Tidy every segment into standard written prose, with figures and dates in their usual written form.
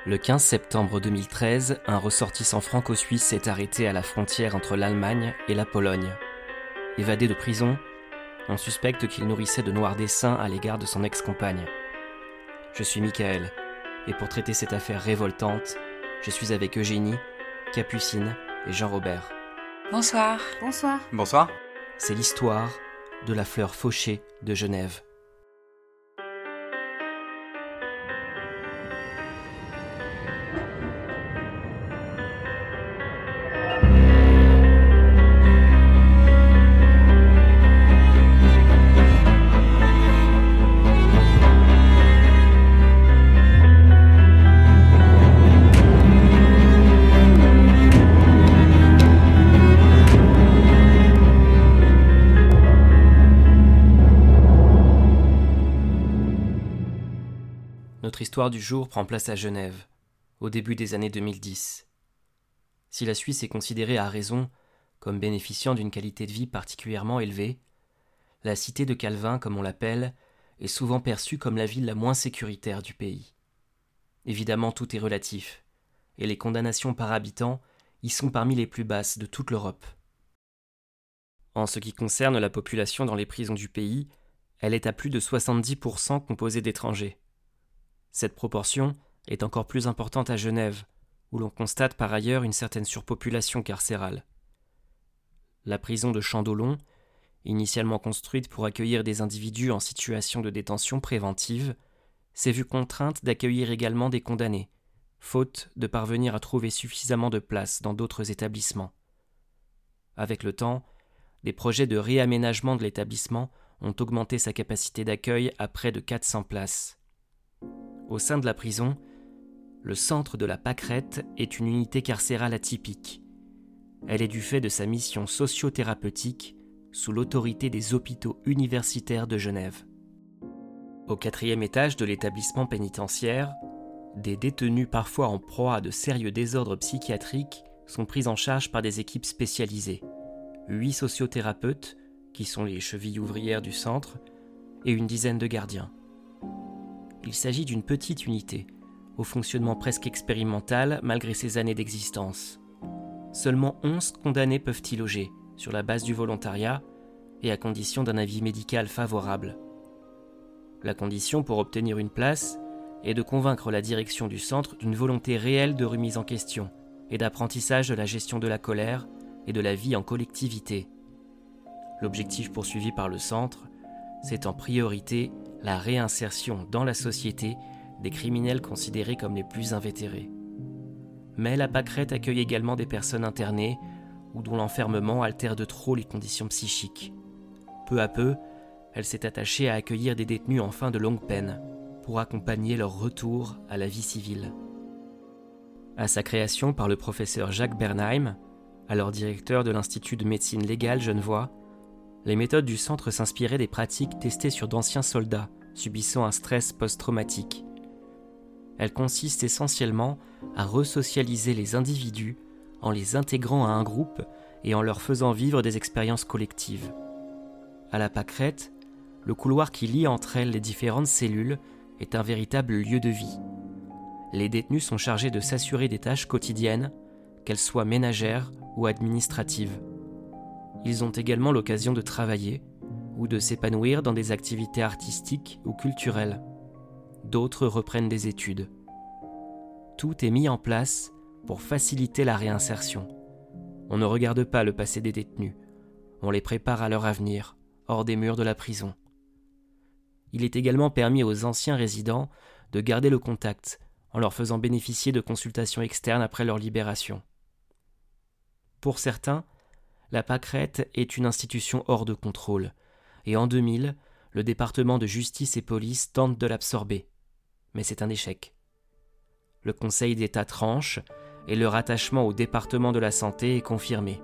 Le 15 septembre 2013, un ressortissant franco-suisse est arrêté à la frontière entre l'Allemagne et la Pologne. Évadé de prison, on suspecte qu'il nourrissait de noirs desseins à l'égard de son ex-compagne. Je suis Michael, et pour traiter cette affaire révoltante, je suis avec Eugénie, Capucine et Jean-Robert. Bonsoir. Bonsoir. Bonsoir. C'est l'histoire de la fleur fauchée de Genève. Notre histoire du jour prend place à Genève, au début des années 2010. Si la Suisse est considérée à raison comme bénéficiant d'une qualité de vie particulièrement élevée, la cité de Calvin, comme on l'appelle, est souvent perçue comme la ville la moins sécuritaire du pays. Évidemment, tout est relatif, et les condamnations par habitant y sont parmi les plus basses de toute l'Europe. En ce qui concerne la population dans les prisons du pays, elle est à plus de 70% composée d'étrangers. Cette proportion est encore plus importante à Genève, où l'on constate par ailleurs une certaine surpopulation carcérale. La prison de Chandolon, initialement construite pour accueillir des individus en situation de détention préventive, s'est vue contrainte d'accueillir également des condamnés, faute de parvenir à trouver suffisamment de place dans d'autres établissements. Avec le temps, des projets de réaménagement de l'établissement ont augmenté sa capacité d'accueil à près de 400 places. Au sein de la prison, le centre de la Pâquerette est une unité carcérale atypique. Elle est du fait de sa mission socio-thérapeutique sous l'autorité des hôpitaux universitaires de Genève. Au 4e étage de l'établissement pénitentiaire, des détenus parfois en proie à de sérieux désordres psychiatriques sont pris en charge par des équipes spécialisées. 8 sociothérapeutes, qui sont les chevilles ouvrières du centre, et une dizaine de gardiens. Il s'agit d'une petite unité, au fonctionnement presque expérimental malgré ses années d'existence. Seulement 11 condamnés peuvent y loger, sur la base du volontariat et à condition d'un avis médical favorable. La condition pour obtenir une place est de convaincre la direction du centre d'une volonté réelle de remise en question et d'apprentissage de la gestion de la colère et de la vie en collectivité. L'objectif poursuivi par le centre, c'est en priorité la réinsertion dans la société des criminels considérés comme les plus invétérés. Mais la Pâquerette accueille également des personnes internées ou dont l'enfermement altère de trop les conditions psychiques. Peu à peu, elle s'est attachée à accueillir des détenus en fin de longue peine pour accompagner leur retour à la vie civile. À sa création par le professeur Jacques Bernheim, alors directeur de l'Institut de médecine légale genevois, les méthodes du centre s'inspiraient des pratiques testées sur d'anciens soldats subissant un stress post-traumatique. Elles consistent essentiellement à resocialiser les individus en les intégrant à un groupe et en leur faisant vivre des expériences collectives. À la Pâquerette, le couloir qui lie entre elles les différentes cellules est un véritable lieu de vie. Les détenus sont chargés de s'assurer des tâches quotidiennes, qu'elles soient ménagères ou administratives. Ils ont également l'occasion de travailler ou de s'épanouir dans des activités artistiques ou culturelles. D'autres reprennent des études. Tout est mis en place pour faciliter la réinsertion. On ne regarde pas le passé des détenus, on les prépare à leur avenir, hors des murs de la prison. Il est également permis aux anciens résidents de garder le contact en leur faisant bénéficier de consultations externes après leur libération. Pour certains, la Pâquerette est une institution hors de contrôle, et en 2000, le département de justice et police tente de l'absorber. Mais c'est un échec. Le Conseil d'État tranche, et le rattachement au département de la santé est confirmé.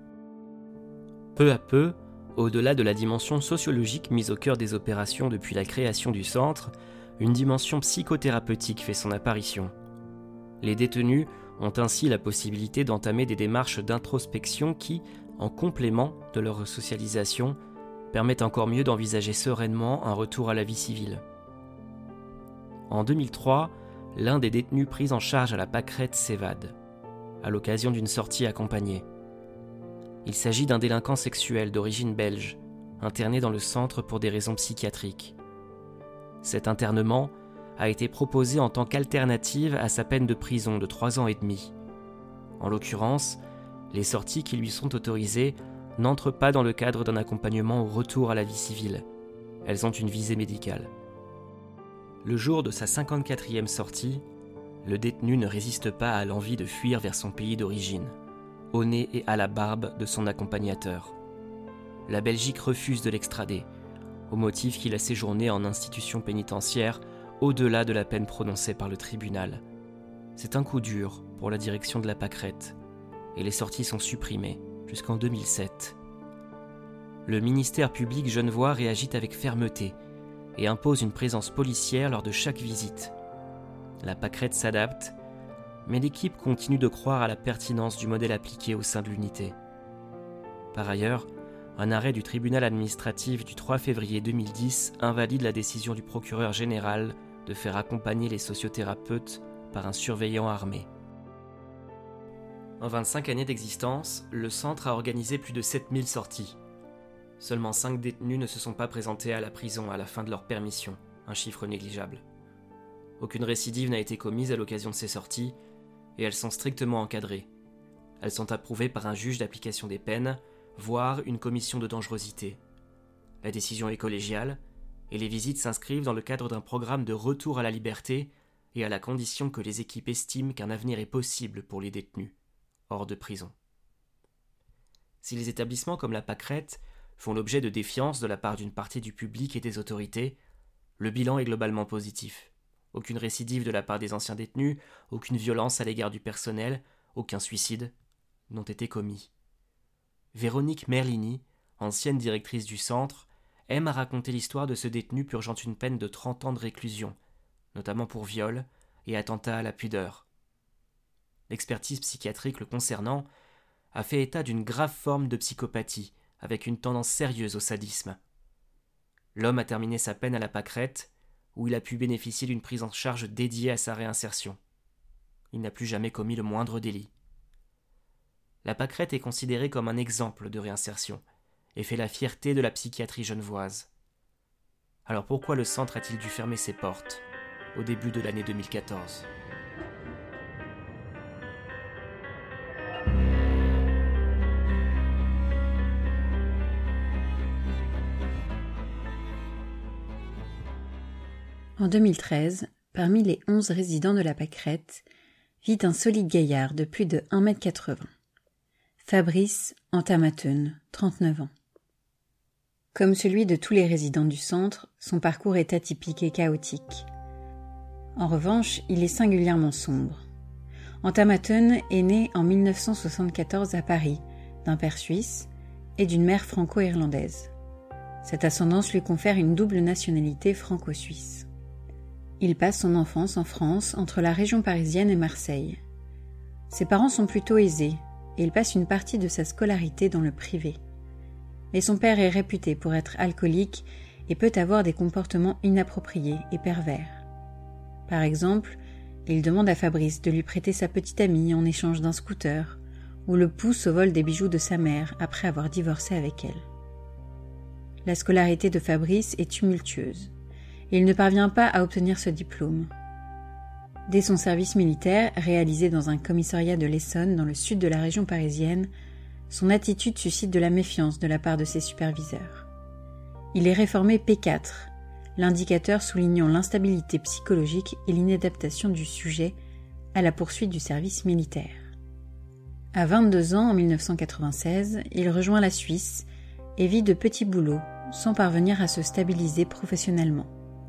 Peu à peu, au-delà de la dimension sociologique mise au cœur des opérations depuis la création du centre, une dimension psychothérapeutique fait son apparition. Les détenus ont ainsi la possibilité d'entamer des démarches d'introspection qui, en complément de leur socialisation, permettent encore mieux d'envisager sereinement un retour à la vie civile. En 2003, l'un des détenus pris en charge à la pâquerette s'évade, à l'occasion d'une sortie accompagnée. Il s'agit d'un délinquant sexuel d'origine belge, interné dans le centre pour des raisons psychiatriques. Cet internement a été proposé en tant qu'alternative à sa peine de prison de 3 ans et demi. En l'occurrence, les sorties qui lui sont autorisées n'entrent pas dans le cadre d'un accompagnement au retour à la vie civile. Elles ont une visée médicale. Le jour de sa 54e sortie, le détenu ne résiste pas à l'envie de fuir vers son pays d'origine, au nez et à la barbe de son accompagnateur. La Belgique refuse de l'extrader, au motif qu'il a séjourné en institution pénitentiaire au-delà de la peine prononcée par le tribunal. C'est un coup dur pour la direction de la pâquerette, et les sorties sont supprimées jusqu'en 2007. Le ministère public genevois réagit avec fermeté et impose une présence policière lors de chaque visite. La pâquerette s'adapte, mais l'équipe continue de croire à la pertinence du modèle appliqué au sein de l'unité. Par ailleurs, un arrêt du tribunal administratif du 3 février 2010 invalide la décision du procureur général de faire accompagner les sociothérapeutes par un surveillant armé. En 25 années d'existence, le centre a organisé plus de 7000 sorties. Seulement 5 détenus ne se sont pas présentés à la prison à la fin de leur permission, un chiffre négligeable. Aucune récidive n'a été commise à l'occasion de ces sorties, et elles sont strictement encadrées. Elles sont approuvées par un juge d'application des peines, voire une commission de dangerosité. La décision est collégiale, et les visites s'inscrivent dans le cadre d'un programme de retour à la liberté et à la condition que les équipes estiment qu'un avenir est possible pour les détenus, hors de prison. Si les établissements comme la pâquerette font l'objet de défiance de la part d'une partie du public et des autorités, le bilan est globalement positif. Aucune récidive de la part des anciens détenus, aucune violence à l'égard du personnel, aucun suicide n'ont été commis. Véronique Merlini, ancienne directrice du centre, aime à raconter l'histoire de ce détenu purgeant une peine de 30 ans de réclusion, notamment pour viol et attentat à la pudeur. L'expertise psychiatrique le concernant a fait état d'une grave forme de psychopathie, avec une tendance sérieuse au sadisme. L'homme a terminé sa peine à la pâquerette, où il a pu bénéficier d'une prise en charge dédiée à sa réinsertion. Il n'a plus jamais commis le moindre délit. La pâquerette est considérée comme un exemple de réinsertion et fait la fierté de la psychiatrie genevoise. Alors pourquoi le centre a-t-il dû fermer ses portes au début de l'année 2014 ? En 2013, parmi les 11 résidents de la pâquerette, vit un solide gaillard de plus de 1,80 m. Fabrice Antamaten, 39 ans. Comme celui de tous les résidents du centre, son parcours est atypique et chaotique. En revanche, il est singulièrement sombre. Antamaten est né en 1974 à Paris, d'un père suisse et d'une mère franco-irlandaise. Cette ascendance lui confère une double nationalité franco-suisse. Il passe son enfance en France, entre la région parisienne et Marseille. Ses parents sont plutôt aisés, et il passe une partie de sa scolarité dans le privé. Mais son père est réputé pour être alcoolique et peut avoir des comportements inappropriés et pervers. Par exemple, il demande à Fabrice de lui prêter sa petite amie en échange d'un scooter, ou le pousse au vol des bijoux de sa mère après avoir divorcé avec elle. La scolarité de Fabrice est tumultueuse. Il ne parvient pas à obtenir ce diplôme. Dès son service militaire, réalisé dans un commissariat de l'Essonne dans le sud de la région parisienne, son attitude suscite de la méfiance de la part de ses superviseurs. Il est réformé P4, l'indicateur soulignant l'instabilité psychologique et l'inadaptation du sujet à la poursuite du service militaire. À 22 ans, en 1996, il rejoint la Suisse et vit de petits boulots, sans parvenir à se stabiliser professionnellement.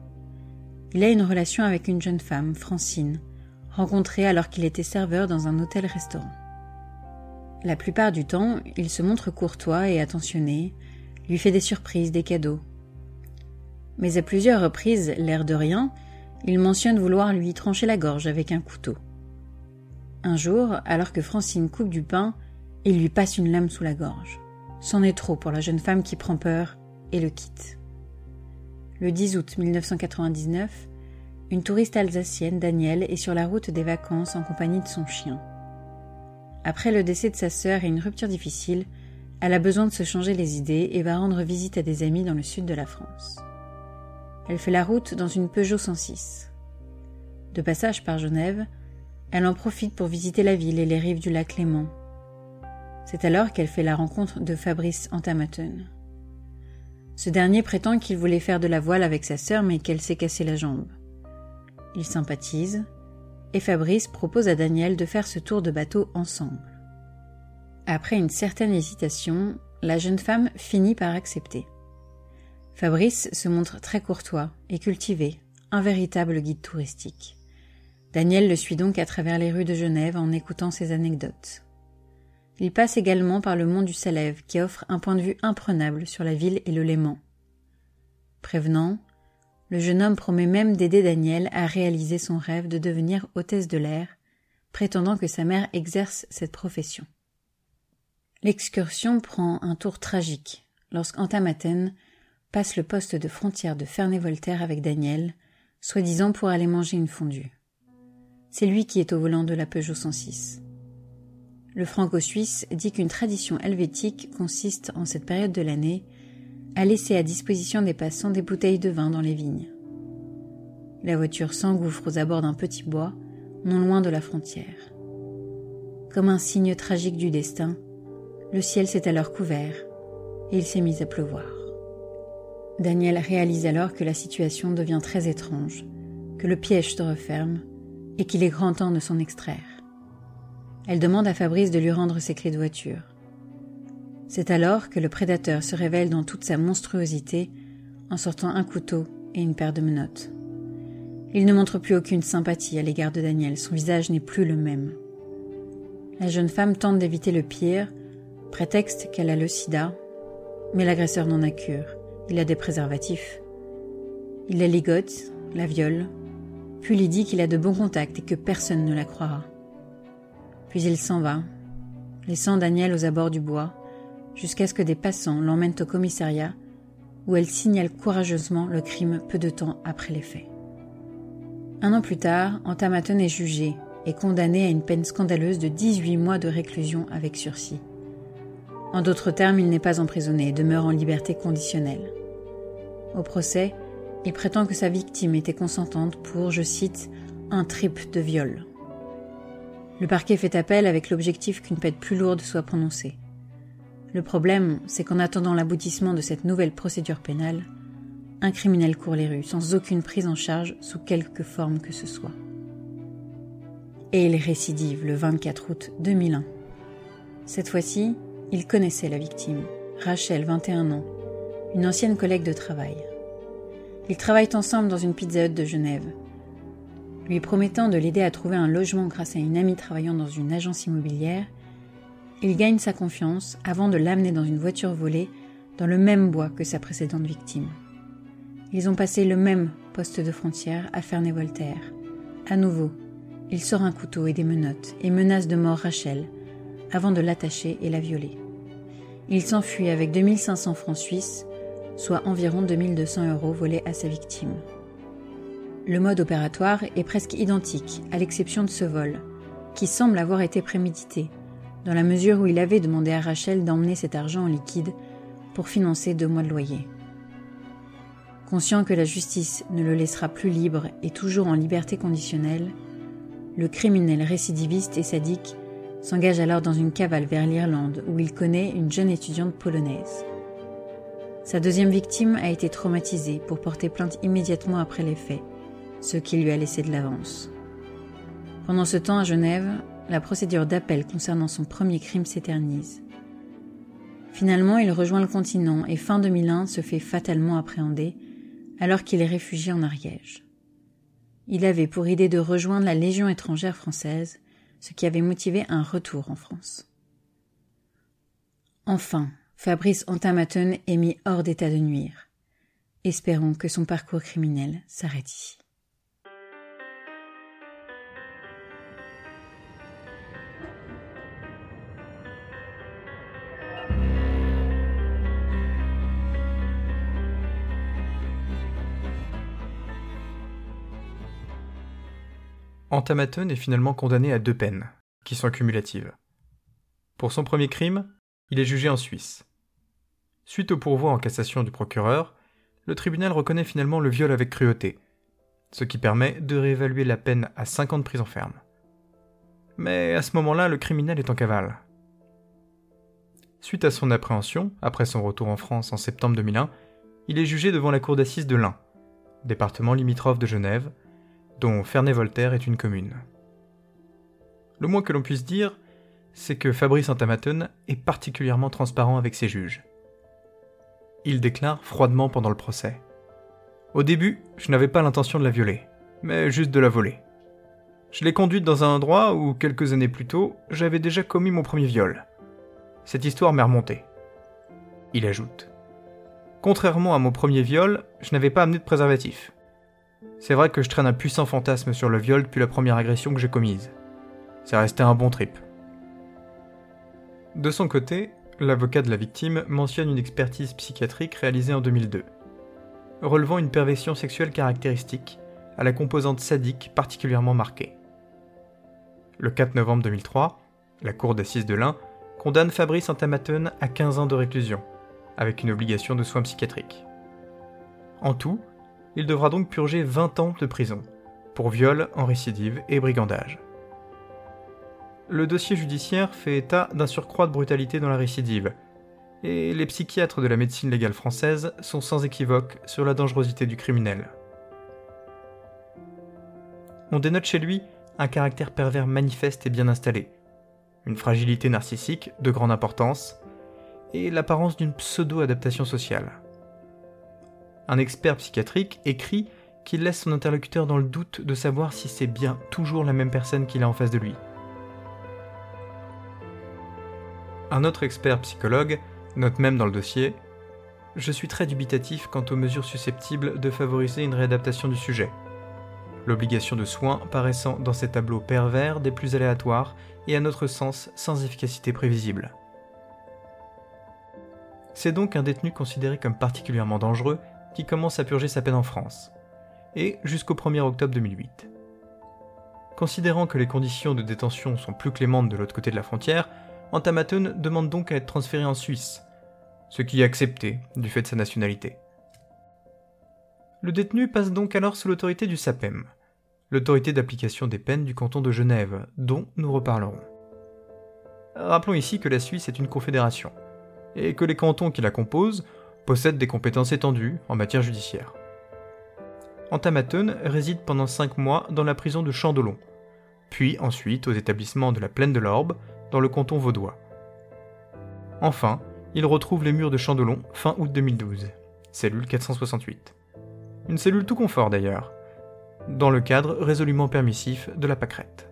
Il a une relation avec une jeune femme, Francine, rencontrée alors qu'il était serveur dans un hôtel-restaurant. La plupart du temps, il se montre courtois et attentionné, lui fait des surprises, des cadeaux. Mais à plusieurs reprises, l'air de rien, il mentionne vouloir lui trancher la gorge avec un couteau. Un jour, alors que Francine coupe du pain, il lui passe une lame sous la gorge. C'en est trop pour la jeune femme qui prend peur et le quitte. Le 10 août 1999, une touriste alsacienne, Danielle, est sur la route des vacances en compagnie de son chien. Après le décès de sa sœur et une rupture difficile, elle a besoin de se changer les idées et va rendre visite à des amis dans le sud de la France. Elle fait la route dans une Peugeot 106. De passage par Genève, elle en profite pour visiter la ville et les rives du lac Léman. C'est alors qu'elle fait la rencontre de Fabrice Antamaten. Ce dernier prétend qu'il voulait faire de la voile avec sa sœur mais qu'elle s'est cassé la jambe. Ils sympathisent et Fabrice propose à Danielle de faire ce tour de bateau ensemble. Après une certaine hésitation, la jeune femme finit par accepter. Fabrice se montre très courtois et cultivé, un véritable guide touristique. Danielle le suit donc à travers les rues de Genève en écoutant ses anecdotes. Il passe également par le mont du Salève qui offre un point de vue imprenable sur la ville et le Léman. Prévenant, le jeune homme promet même d'aider Danielle à réaliser son rêve de devenir hôtesse de l'air, prétendant que sa mère exerce cette profession. L'excursion prend un tour tragique lorsqu'Antamaten passe le poste de frontière de Ferney-Voltaire avec Danielle, soi-disant pour aller manger une fondue. C'est lui qui est au volant de la Peugeot 106. Le franco-suisse dit qu'une tradition helvétique consiste, en cette période de l'année, à laisser à disposition des passants des bouteilles de vin dans les vignes. La voiture s'engouffre aux abords d'un petit bois, non loin de la frontière. Comme un signe tragique du destin, le ciel s'est alors couvert et il s'est mis à pleuvoir. Danielle réalise alors que la situation devient très étrange, que le piège se referme et qu'il est grand temps de s'en extraire. Elle demande à Fabrice de lui rendre ses clés de voiture. C'est alors que le prédateur se révèle dans toute sa monstruosité en sortant un couteau et une paire de menottes. Il ne montre plus aucune sympathie à l'égard de Danielle, son visage n'est plus le même. La jeune femme tente d'éviter le pire, prétexte qu'elle a le sida, mais l'agresseur n'en a cure, il a des préservatifs. Il la ligote, la viole, puis lui dit qu'il a de bons contacts et que personne ne la croira. Puis il s'en va, laissant Danielle aux abords du bois, jusqu'à ce que des passants l'emmènent au commissariat, où elle signale courageusement le crime peu de temps après les faits. 1 an plus tard, Antamaten est jugé et condamné à une peine scandaleuse de 18 mois de réclusion avec sursis. En d'autres termes, il n'est pas emprisonné et demeure en liberté conditionnelle. Au procès, il prétend que sa victime était consentante pour, je cite, « un trip de viol ». Le parquet fait appel avec l'objectif qu'une peine plus lourde soit prononcée. Le problème, c'est qu'en attendant l'aboutissement de cette nouvelle procédure pénale, un criminel court les rues sans aucune prise en charge sous quelque forme que ce soit. Et il récidive le 24 août 2001. Cette fois-ci, il connaissait la victime, Rachel, 21 ans, une ancienne collègue de travail. Ils travaillent ensemble dans une Pizza Hut de Genève. Lui promettant de l'aider à trouver un logement grâce à une amie travaillant dans une agence immobilière, il gagne sa confiance avant de l'amener dans une voiture volée dans le même bois que sa précédente victime. Ils ont passé le même poste de frontière à Ferney-Voltaire. À nouveau, il sort un couteau et des menottes et menace de mort Rachel avant de l'attacher et la violer. Il s'enfuit avec 2500 francs suisses, soit environ 2200 € volés à sa victime. Le mode opératoire est presque identique, à l'exception de ce vol, qui semble avoir été prémédité, dans la mesure où il avait demandé à Rachel d'emmener cet argent en liquide pour financer 2 mois de loyer. Conscient que la justice ne le laissera plus libre et toujours en liberté conditionnelle, le criminel récidiviste et sadique s'engage alors dans une cavale vers l'Irlande où il connaît une jeune étudiante polonaise. Sa deuxième victime a été traumatisée pour porter plainte immédiatement après les faits, ce qui lui a laissé de l'avance. Pendant ce temps à Genève, la procédure d'appel concernant son premier crime s'éternise. Finalement, il rejoint le continent et fin 2001 se fait fatalement appréhender alors qu'il est réfugié en Ariège. Il avait pour idée de rejoindre la Légion étrangère française, ce qui avait motivé un retour en France. Enfin, Fabrice Antamaten est mis hors d'état de nuire. Espérons que son parcours criminel s'arrête ici. Antamaten est finalement condamné à 2 peines, qui sont cumulatives. Pour son premier crime, il est jugé en Suisse. Suite au pourvoi en cassation du procureur, le tribunal reconnaît finalement le viol avec cruauté, ce qui permet de réévaluer la peine à 5 ans de prison ferme. Mais à ce moment-là, le criminel est en cavale. Suite à son appréhension, après son retour en France en septembre 2001, il est jugé devant la cour d'assises de l'Ain, département limitrophe de Genève, dont Ferney-Voltaire est une commune. Le moins que l'on puisse dire, c'est que Fabrice Antamaten est particulièrement transparent avec ses juges. Il déclare froidement pendant le procès. « Au début, je n'avais pas l'intention de la violer, mais juste de la voler. Je l'ai conduite dans un endroit où, quelques années plus tôt, j'avais déjà commis mon premier viol. Cette histoire m'est remontée. » Il ajoute. « Contrairement à mon premier viol, je n'avais pas amené de préservatif. C'est vrai que je traîne un puissant fantasme sur le viol depuis la première agression que j'ai commise. C'est resté un bon trip. » De son côté, l'avocat de la victime mentionne une expertise psychiatrique réalisée en 2002, relevant une perversion sexuelle caractéristique, à la composante sadique particulièrement marquée. Le 4 novembre 2003, la cour d'assises de l'Ain condamne Fabrice Antamaten à 15 ans de réclusion, avec une obligation de soins psychiatriques. En tout, il devra donc purger 20 ans de prison, pour viol en récidive et brigandage. Le dossier judiciaire fait état d'un surcroît de brutalité dans la récidive, et les psychiatres de la médecine légale française sont sans équivoque sur la dangerosité du criminel. On dénote chez lui un caractère pervers manifeste et bien installé, une fragilité narcissique de grande importance, et l'apparence d'une pseudo-adaptation sociale. Un expert psychiatrique écrit qu'il laisse son interlocuteur dans le doute de savoir si c'est bien toujours la même personne qu'il a en face de lui. Un autre expert psychologue note même dans le dossier « Je suis très dubitatif quant aux mesures susceptibles de favoriser une réadaptation du sujet. L'obligation de soins paraissant dans ces tableaux pervers des plus aléatoires et à notre sens sans efficacité prévisible. » C'est donc un détenu considéré comme particulièrement dangereux qui commence à purger sa peine en France, et jusqu'au 1er octobre 2008. Considérant que les conditions de détention sont plus clémentes de l'autre côté de la frontière, Antamaten demande donc à être transféré en Suisse, ce qui est accepté du fait de sa nationalité. Le détenu passe donc alors sous l'autorité du SAPEM, l'autorité d'application des peines du canton de Genève, dont nous reparlerons. Rappelons ici que la Suisse est une confédération, et que les cantons qui la composent possèdent des compétences étendues en matière judiciaire. Antamaten réside pendant 5 mois dans la prison de Chandelon, puis ensuite aux établissements de la Plaine de l'Orbe, dans le canton vaudois. Enfin, il retrouve les murs de Chandelon fin août 2012, cellule 468. Une cellule tout confort d'ailleurs, dans le cadre résolument permissif de la pâquerette.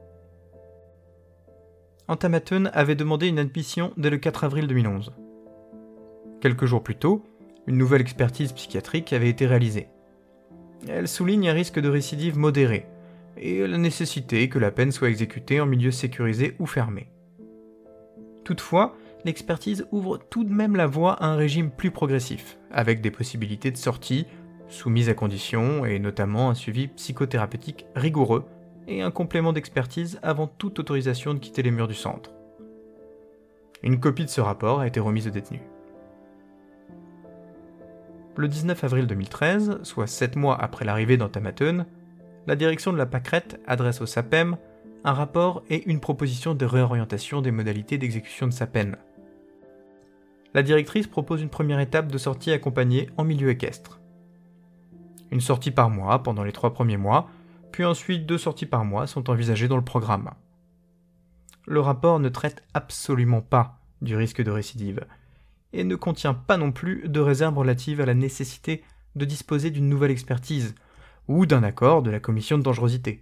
Antamaten avait demandé une admission dès le 4 avril 2011. Quelques jours plus tôt, une nouvelle expertise psychiatrique avait été réalisée. Elle souligne un risque de récidive modéré, et la nécessité que la peine soit exécutée en milieu sécurisé ou fermé. Toutefois, l'expertise ouvre tout de même la voie à un régime plus progressif, avec des possibilités de sortie, soumises à conditions, et notamment un suivi psychothérapeutique rigoureux, et un complément d'expertise avant toute autorisation de quitter les murs du centre. Une copie de ce rapport a été remise au détenu. Le 19 avril 2013, soit 7 mois après l'arrivée d'Antamaten, la direction de la pâquerette adresse au SAPEM un rapport et une proposition de réorientation des modalités d'exécution de sa peine. La directrice propose une première étape de sortie accompagnée en milieu équestre. Une sortie par mois pendant les 3 premiers mois, puis ensuite 2 sorties par mois sont envisagées dans le programme. Le rapport ne traite absolument pas du risque de récidive, et ne contient pas non plus de réserve relative à la nécessité de disposer d'une nouvelle expertise, ou d'un accord de la commission de dangerosité.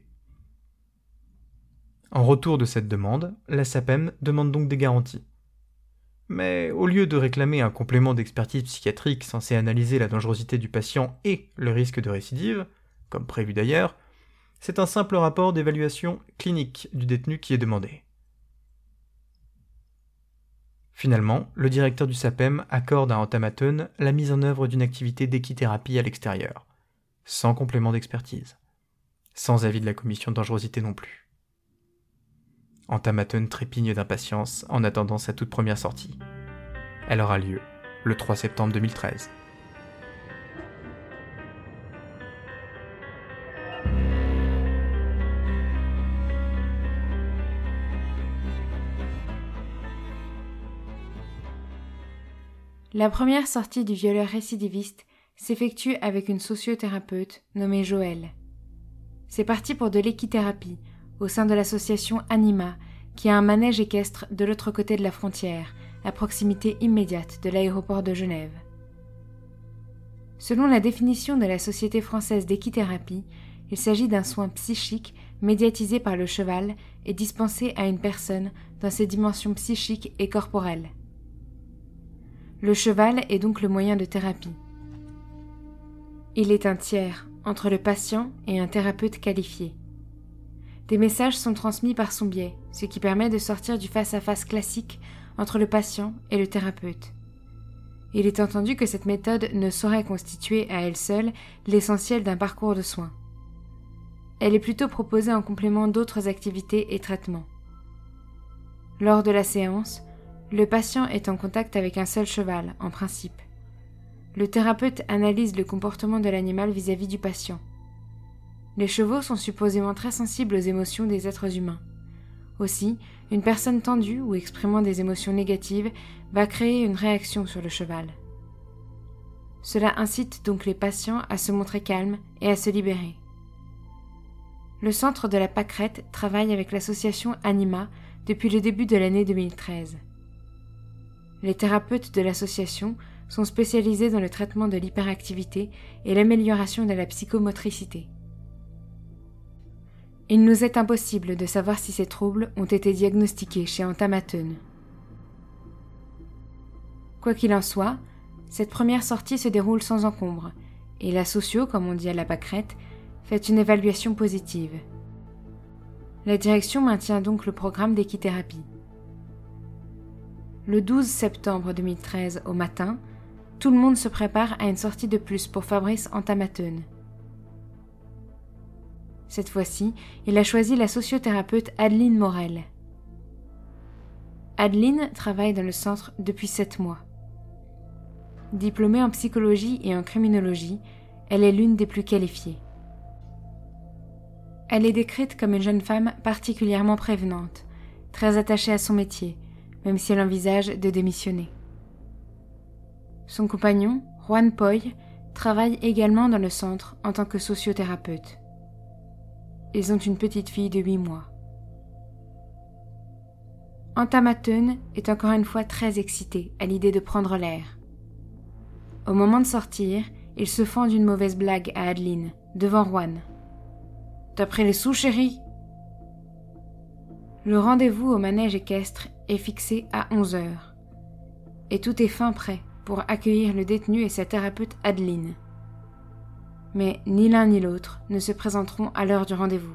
En retour de cette demande, la SAPEM demande donc des garanties. Mais au lieu de réclamer un complément d'expertise psychiatrique censé analyser la dangerosité du patient et le risque de récidive, comme prévu d'ailleurs, c'est un simple rapport d'évaluation clinique du détenu qui est demandé. Finalement, le directeur du SAPEM accorde à Antamaten la mise en œuvre d'une activité d'équithérapie à l'extérieur, sans complément d'expertise. sans avis de la commission de dangerosité non plus. Antamaton trépigne d'impatience en attendant sa toute première sortie. Elle aura lieu le 3 septembre 2013. La première sortie du violeur récidiviste s'effectue avec une sociothérapeute nommée Joëlle. C'est parti pour de l'équithérapie au sein de l'association Anima, qui a un manège équestre de l'autre côté de la frontière, à proximité immédiate de l'aéroport de Genève. Selon la définition de la Société française d'équithérapie, il s'agit d'un soin psychique médiatisé par le cheval et dispensé à une personne dans ses dimensions psychiques et corporelles. Le cheval est donc le moyen de thérapie. Il est un tiers entre le patient et un thérapeute qualifié. Des messages sont transmis par son biais, ce qui permet de sortir du face-à-face classique entre le patient et le thérapeute. Il est entendu que cette méthode ne saurait constituer à elle seule l'essentiel d'un parcours de soins. Elle est plutôt proposée en complément d'autres activités et traitements. Lors de la séance, le patient est en contact avec un seul cheval, en principe. Le thérapeute analyse le comportement de l'animal vis-à-vis du patient. Les chevaux sont supposément très sensibles aux émotions des êtres humains. Aussi, une personne tendue ou exprimant des émotions négatives va créer une réaction sur le cheval. Cela incite donc les patients à se montrer calmes et à se libérer. Le centre de la pâquerette travaille avec l'association Anima depuis le début de l'année 2013. Les thérapeutes de l'association sont spécialisés dans le traitement de l'hyperactivité et l'amélioration de la psychomotricité. Il nous est impossible de savoir si ces troubles ont été diagnostiqués chez Antamaton. Quoi qu'il en soit, cette première sortie se déroule sans encombre, et la socio, comme on dit à la pâquerette, fait une évaluation positive. La direction maintient donc le programme d'équithérapie. Le 12 septembre 2013 au matin, tout le monde se prépare à une sortie de plus pour Fabrice Antamaton. Cette fois-ci, il a choisi la sociothérapeute Adeline Morel. Adeline travaille dans le centre depuis 7 mois. Diplômée en psychologie et en criminologie, elle est l'une des plus qualifiées. Elle est décrite comme une jeune femme particulièrement prévenante, très attachée à son métier, même si elle envisage de démissionner. Son compagnon, Juan Poy, travaille également dans le centre en tant que sociothérapeute. Ils ont une petite fille de 8 mois. Antamaton est encore une fois très excité à l'idée de prendre l'air. Au moment de sortir, il se fend d'une mauvaise blague à Adeline, devant Juan. « T'as pris les sous, chérie ?» Le rendez-vous au manège équestre est fixé à 11h. Et tout est fin prêt pour accueillir le détenu et sa thérapeute Adeline. Mais ni l'un ni l'autre ne se présenteront à l'heure du rendez-vous.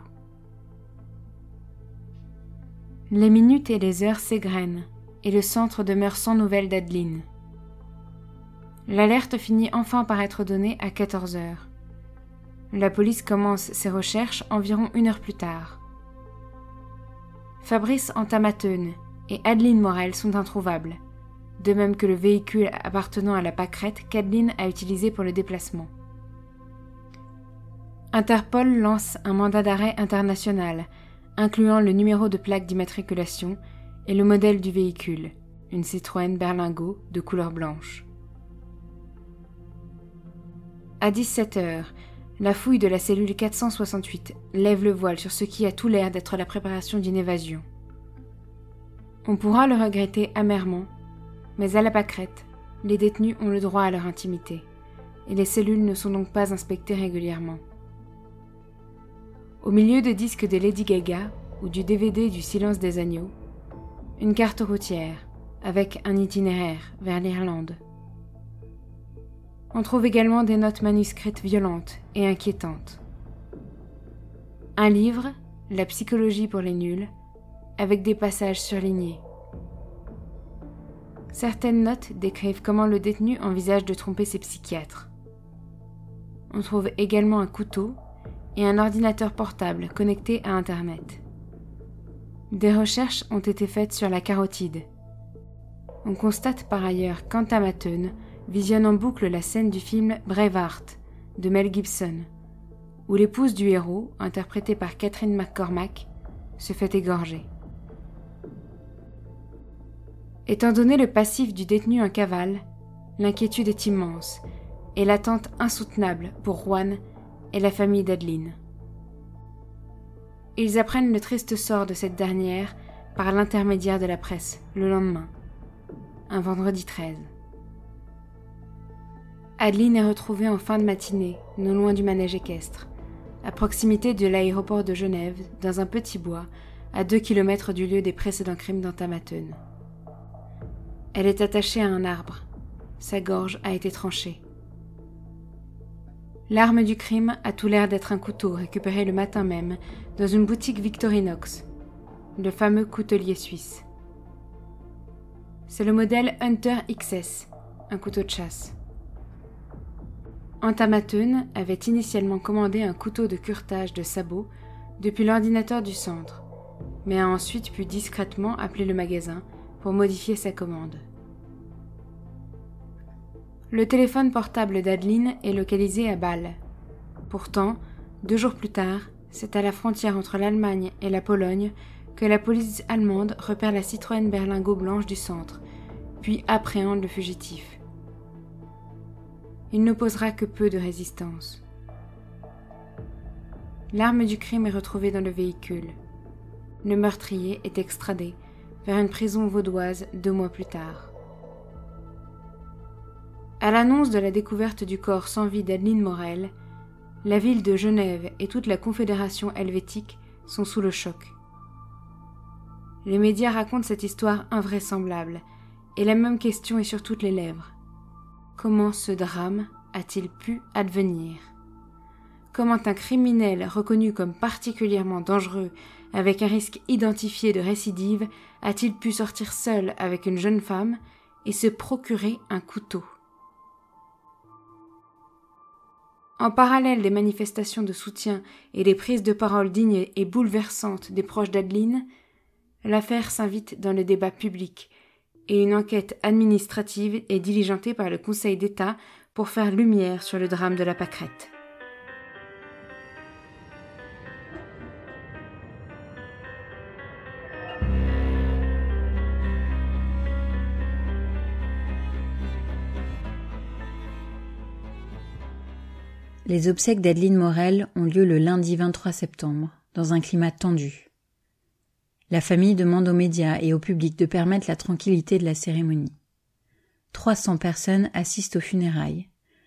Les minutes et les heures s'égrènent, et le centre demeure sans nouvelles d'Adeline. L'alerte finit enfin par être donnée à 14h. La police commence ses recherches environ 1 heure plus tard. Fabrice Antamaton et Adeline Morel sont introuvables, de même que le véhicule appartenant à la pâquerette qu'Adeline a utilisé pour le déplacement. Interpol lance un mandat d'arrêt international, incluant le numéro de plaque d'immatriculation et le modèle du véhicule, une Citroën Berlingo de couleur blanche. À 17h, la fouille de la cellule 468 lève le voile sur ce qui a tout l'air d'être la préparation d'une évasion. On pourra le regretter amèrement, mais à la pâquerette, les détenus ont le droit à leur intimité, et les cellules ne sont donc pas inspectées régulièrement. Au milieu de disques de Lady Gaga ou du DVD du Silence des agneaux, une carte routière avec un itinéraire vers l'Irlande. On trouve également des notes manuscrites violentes et inquiétantes. Un livre, La psychologie pour les nuls, avec des passages surlignés. Certaines notes décrivent comment le détenu envisage de tromper ses psychiatres. On trouve également un couteau et un ordinateur portable connecté à Internet. Des recherches ont été faites sur la carotide. On constate par ailleurs qu'Antamatun visionne en boucle la scène du film Braveheart de Mel Gibson, où l'épouse du héros, interprétée par Catherine McCormack, se fait égorger. Étant donné le passif du détenu en cavale, l'inquiétude est immense et l'attente insoutenable pour Juan et la famille d'Adeline. Ils apprennent le triste sort de cette dernière par l'intermédiaire de la presse le lendemain, un vendredi 13. Adeline est retrouvée en fin de matinée, non loin du manège équestre, à proximité de l'aéroport de Genève, dans un petit bois, à 2 km du lieu des précédents crimes d'Antamatun. Elle est attachée à un arbre. Sa gorge a été tranchée. L'arme du crime a tout l'air d'être un couteau récupéré le matin même dans une boutique Victorinox, le fameux coutelier suisse. C'est le modèle Hunter XS, un couteau de chasse. Antamatun avait initialement commandé un couteau de curetage de sabot depuis l'ordinateur du centre, mais a ensuite pu discrètement appeler le magasin pour modifier sa commande. Le téléphone portable d'Adeline est localisé à Bâle. Pourtant, 2 jours plus tard, c'est à la frontière entre l'Allemagne et la Pologne que la police allemande repère la Citroën berlingot blanche du centre, puis appréhende le fugitif. Il n'opposera que peu de résistance. L'arme du crime est retrouvée dans le véhicule. Le meurtrier est extradé vers une prison vaudoise 2 mois plus tard. À l'annonce de la découverte du corps sans vie d'Adeline Morel, la ville de Genève et toute la Confédération helvétique sont sous le choc. Les médias racontent cette histoire invraisemblable, et la même question est sur toutes les lèvres. Comment ce drame a-t-il pu advenir ? Comment un criminel reconnu comme particulièrement dangereux, avec un risque identifié de récidive, a-t-il pu sortir seul avec une jeune femme et se procurer un couteau ? En parallèle des manifestations de soutien et des prises de parole dignes et bouleversantes des proches d'Adeline, l'affaire s'invite dans le débat public et une enquête administrative est diligentée par le Conseil d'État pour faire lumière sur le drame de la pâquerette. Les obsèques d'Adeline Morel ont lieu le lundi 23 septembre, dans un climat tendu. La famille demande aux médias et au public de permettre la tranquillité de la cérémonie. 300 personnes assistent aux funérailles.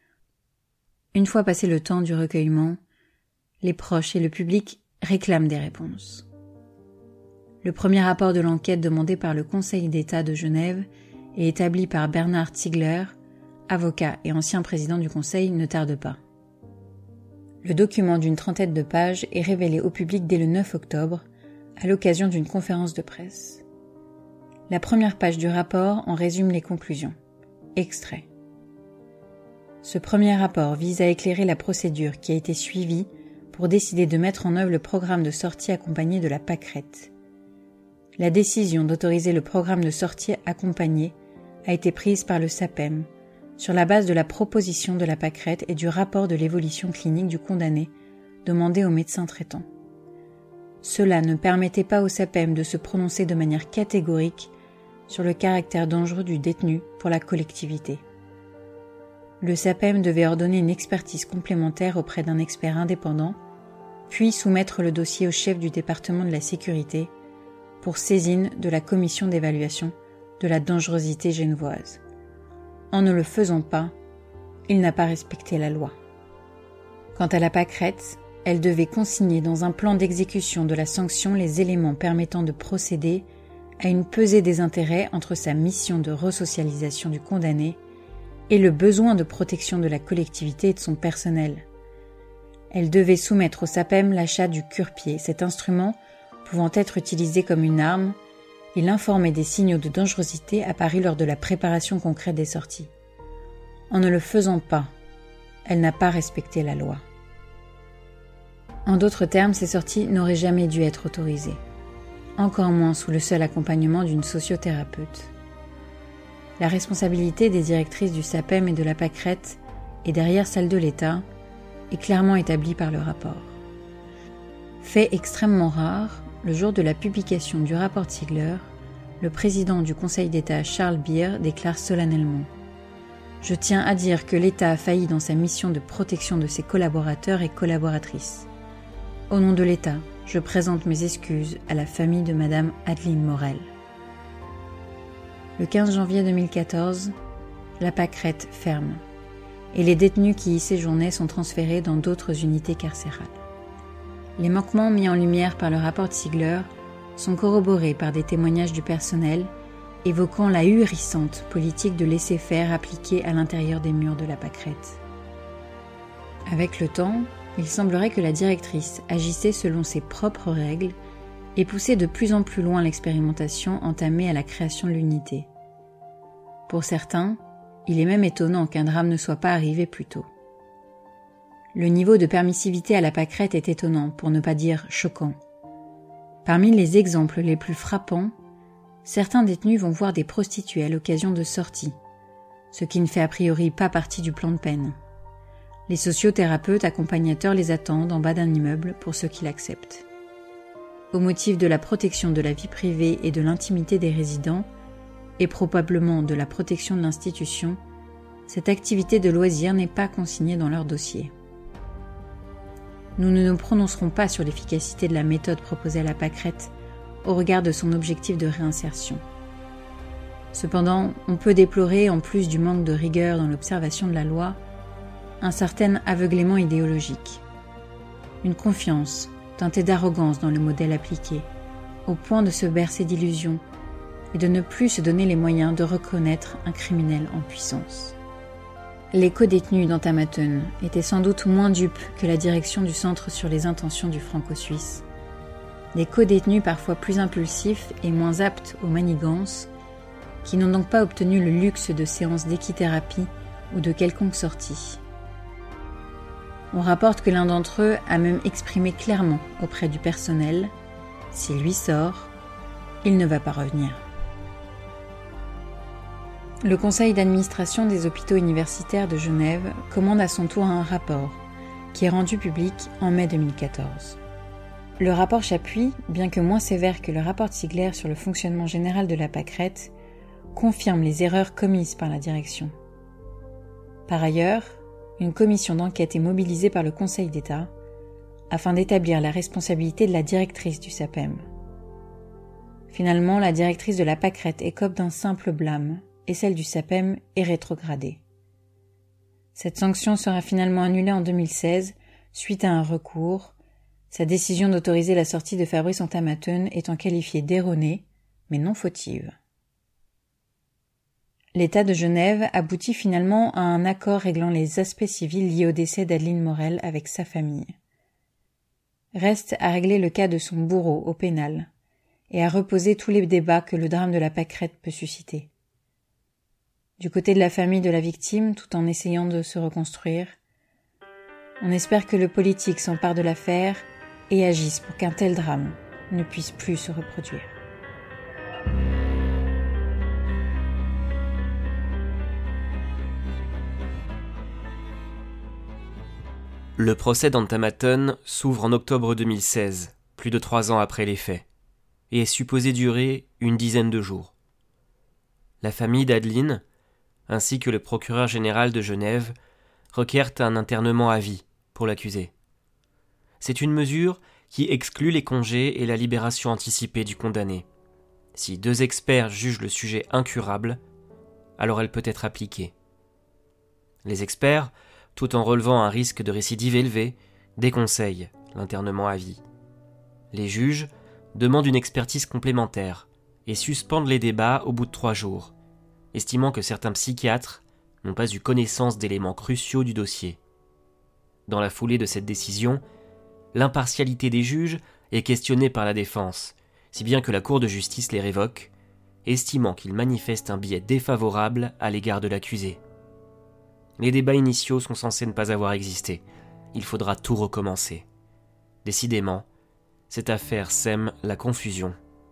Une fois passé le temps du recueillement, les proches et le public réclament des réponses. Le premier rapport de l'enquête demandé par le Conseil d'État de Genève et établi par Bernard Ziegler, avocat et ancien président du Conseil, ne tarde pas. Le document d'une 30aine de pages est révélé au public dès le 9 octobre, à l'occasion d'une conférence de presse. La première page du rapport en résume les conclusions. Extrait. Ce premier rapport vise à éclairer la procédure qui a été suivie pour décider de mettre en œuvre le programme de sortie accompagné de la pâquerette. La décision d'autoriser le programme de sortie accompagné a été prise par le SAPEM, sur la base de la proposition de la pâquerette et du rapport de l'évolution clinique du condamné demandé au médecin traitant. Cela ne permettait pas au SAPEM de se prononcer de manière catégorique sur le caractère dangereux du détenu pour la collectivité. Le SAPEM devait ordonner une expertise complémentaire auprès d'un expert indépendant, puis soumettre le dossier au chef du département de la sécurité pour saisine de la commission d'évaluation de la dangerosité genevoise. En ne le faisant pas, il n'a pas respecté la loi. Quant à la pâquerette, elle devait consigner dans un plan d'exécution de la sanction les éléments permettant de procéder à une pesée des intérêts entre sa mission de resocialisation du condamné et le besoin de protection de la collectivité et de son personnel. Elle devait soumettre au SAPEM l'achat du cure-pied, cet instrument pouvant être utilisé comme une arme, et l'informer des signaux de dangerosité apparus lors de la préparation concrète des sorties. En ne le faisant pas, elle n'a pas respecté la loi. En d'autres termes, ces sorties n'auraient jamais dû être autorisées, encore moins sous le seul accompagnement d'une sociothérapeute. La responsabilité des directrices du SAPEM et de la pâquerette et derrière celle de l'État est clairement établie par le rapport. Fait extrêmement rare, le jour de la publication du rapport Ziegler, le président du Conseil d'État Charles Beer déclare solennellement « Je tiens à dire que l'État a failli dans sa mission de protection de ses collaborateurs et collaboratrices. Au nom de l'État, je présente mes excuses à la famille de Madame Adeline Morel. » Le 15 janvier 2014, la pâquerette ferme et les détenus qui y séjournaient sont transférés dans d'autres unités carcérales. Les manquements mis en lumière par le rapport Ziegler sont corroborés par des témoignages du personnel évoquant la ahurissante politique de laisser-faire appliquée à l'intérieur des murs de la pâquerette. Avec le temps, il semblerait que la directrice agissait selon ses propres règles et poussait de plus en plus loin l'expérimentation entamée à la création de l'unité. Pour certains, il est même étonnant qu'un drame ne soit pas arrivé plus tôt. Le niveau de permissivité à la pâquerette est étonnant, pour ne pas dire choquant. Parmi les exemples les plus frappants, certains détenus vont voir des prostituées à l'occasion de sorties, ce qui ne fait a priori pas partie du plan de peine. Les sociothérapeutes accompagnateurs les attendent en bas d'un immeuble pour ceux qui l'acceptent. Au motif de la protection de la vie privée et de l'intimité des résidents, et probablement de la protection de l'institution, cette activité de loisir n'est pas consignée dans leur dossier. Nous ne nous prononcerons pas sur l'efficacité de la méthode proposée à la pâquerette au regard de son objectif de réinsertion. Cependant, on peut déplorer, en plus du manque de rigueur dans l'observation de la loi, un certain aveuglement idéologique, une confiance teintée d'arrogance dans le modèle appliqué, au point de se bercer d'illusions et de ne plus se donner les moyens de reconnaître un criminel en puissance. Les codétenus d'Antamatten étaient sans doute moins dupes que la direction du Centre sur les intentions du franco-suisse. Des codétenus parfois plus impulsifs et moins aptes aux manigances, qui n'ont donc pas obtenu le luxe de séances d'équithérapie ou de quelconque sortie. On rapporte que l'un d'entre eux a même exprimé clairement auprès du personnel « S'il lui sort, il ne va pas revenir ». Le conseil d'administration des hôpitaux universitaires de Genève commande à son tour un rapport, qui est rendu public en mai 2014. Le rapport Chapuis, bien que moins sévère que le rapport Ziegler sur le fonctionnement général de la pâquerette, confirme les erreurs commises par la direction. Par ailleurs, une commission d'enquête est mobilisée par le Conseil d'État afin d'établir la responsabilité de la directrice du SAPEM. Finalement, la directrice de la pâquerette écope d'un simple blâme et celle du SAPEM est rétrogradée. Cette sanction sera finalement annulée en 2016 suite à un recours, sa décision d'autoriser la sortie de Fabrice Antamatten étant qualifiée d'erronée, mais non fautive. L'État de Genève aboutit finalement à un accord réglant les aspects civils liés au décès d'Adeline Morel avec sa famille. Reste à régler le cas de son bourreau au pénal et à reposer tous les débats que le drame de la pâquerette peut susciter. Du côté de la famille de la victime, tout en essayant de se reconstruire, on espère que le politique s'empare de l'affaire et agisse pour qu'un tel drame ne puisse plus se reproduire. Le procès d'Antamatten s'ouvre en octobre 2016, plus de 3 ans après les faits, et est supposé durer une dizaine de jours. La famille d'Adeline, ainsi que le procureur général de Genève, requièrent un internement à vie pour l'accusé. C'est une mesure qui exclut les congés et la libération anticipée du condamné. Si 2 experts jugent le sujet incurable, alors elle peut être appliquée. Les experts, tout en relevant un risque de récidive élevé, déconseillent l'internement à vie. Les juges demandent une expertise complémentaire et suspendent les débats au bout de 3 jours, estimant que certains psychiatres n'ont pas eu connaissance d'éléments cruciaux du dossier. Dans la foulée de cette décision, l'impartialité des juges est questionnée par la défense, si bien que la Cour de justice les révoque, estimant qu'ils manifestent un biais défavorable à l'égard de l'accusé. Les débats initiaux sont censés ne pas avoir existé. Il faudra tout recommencer. Décidément, cette affaire sème la confusion.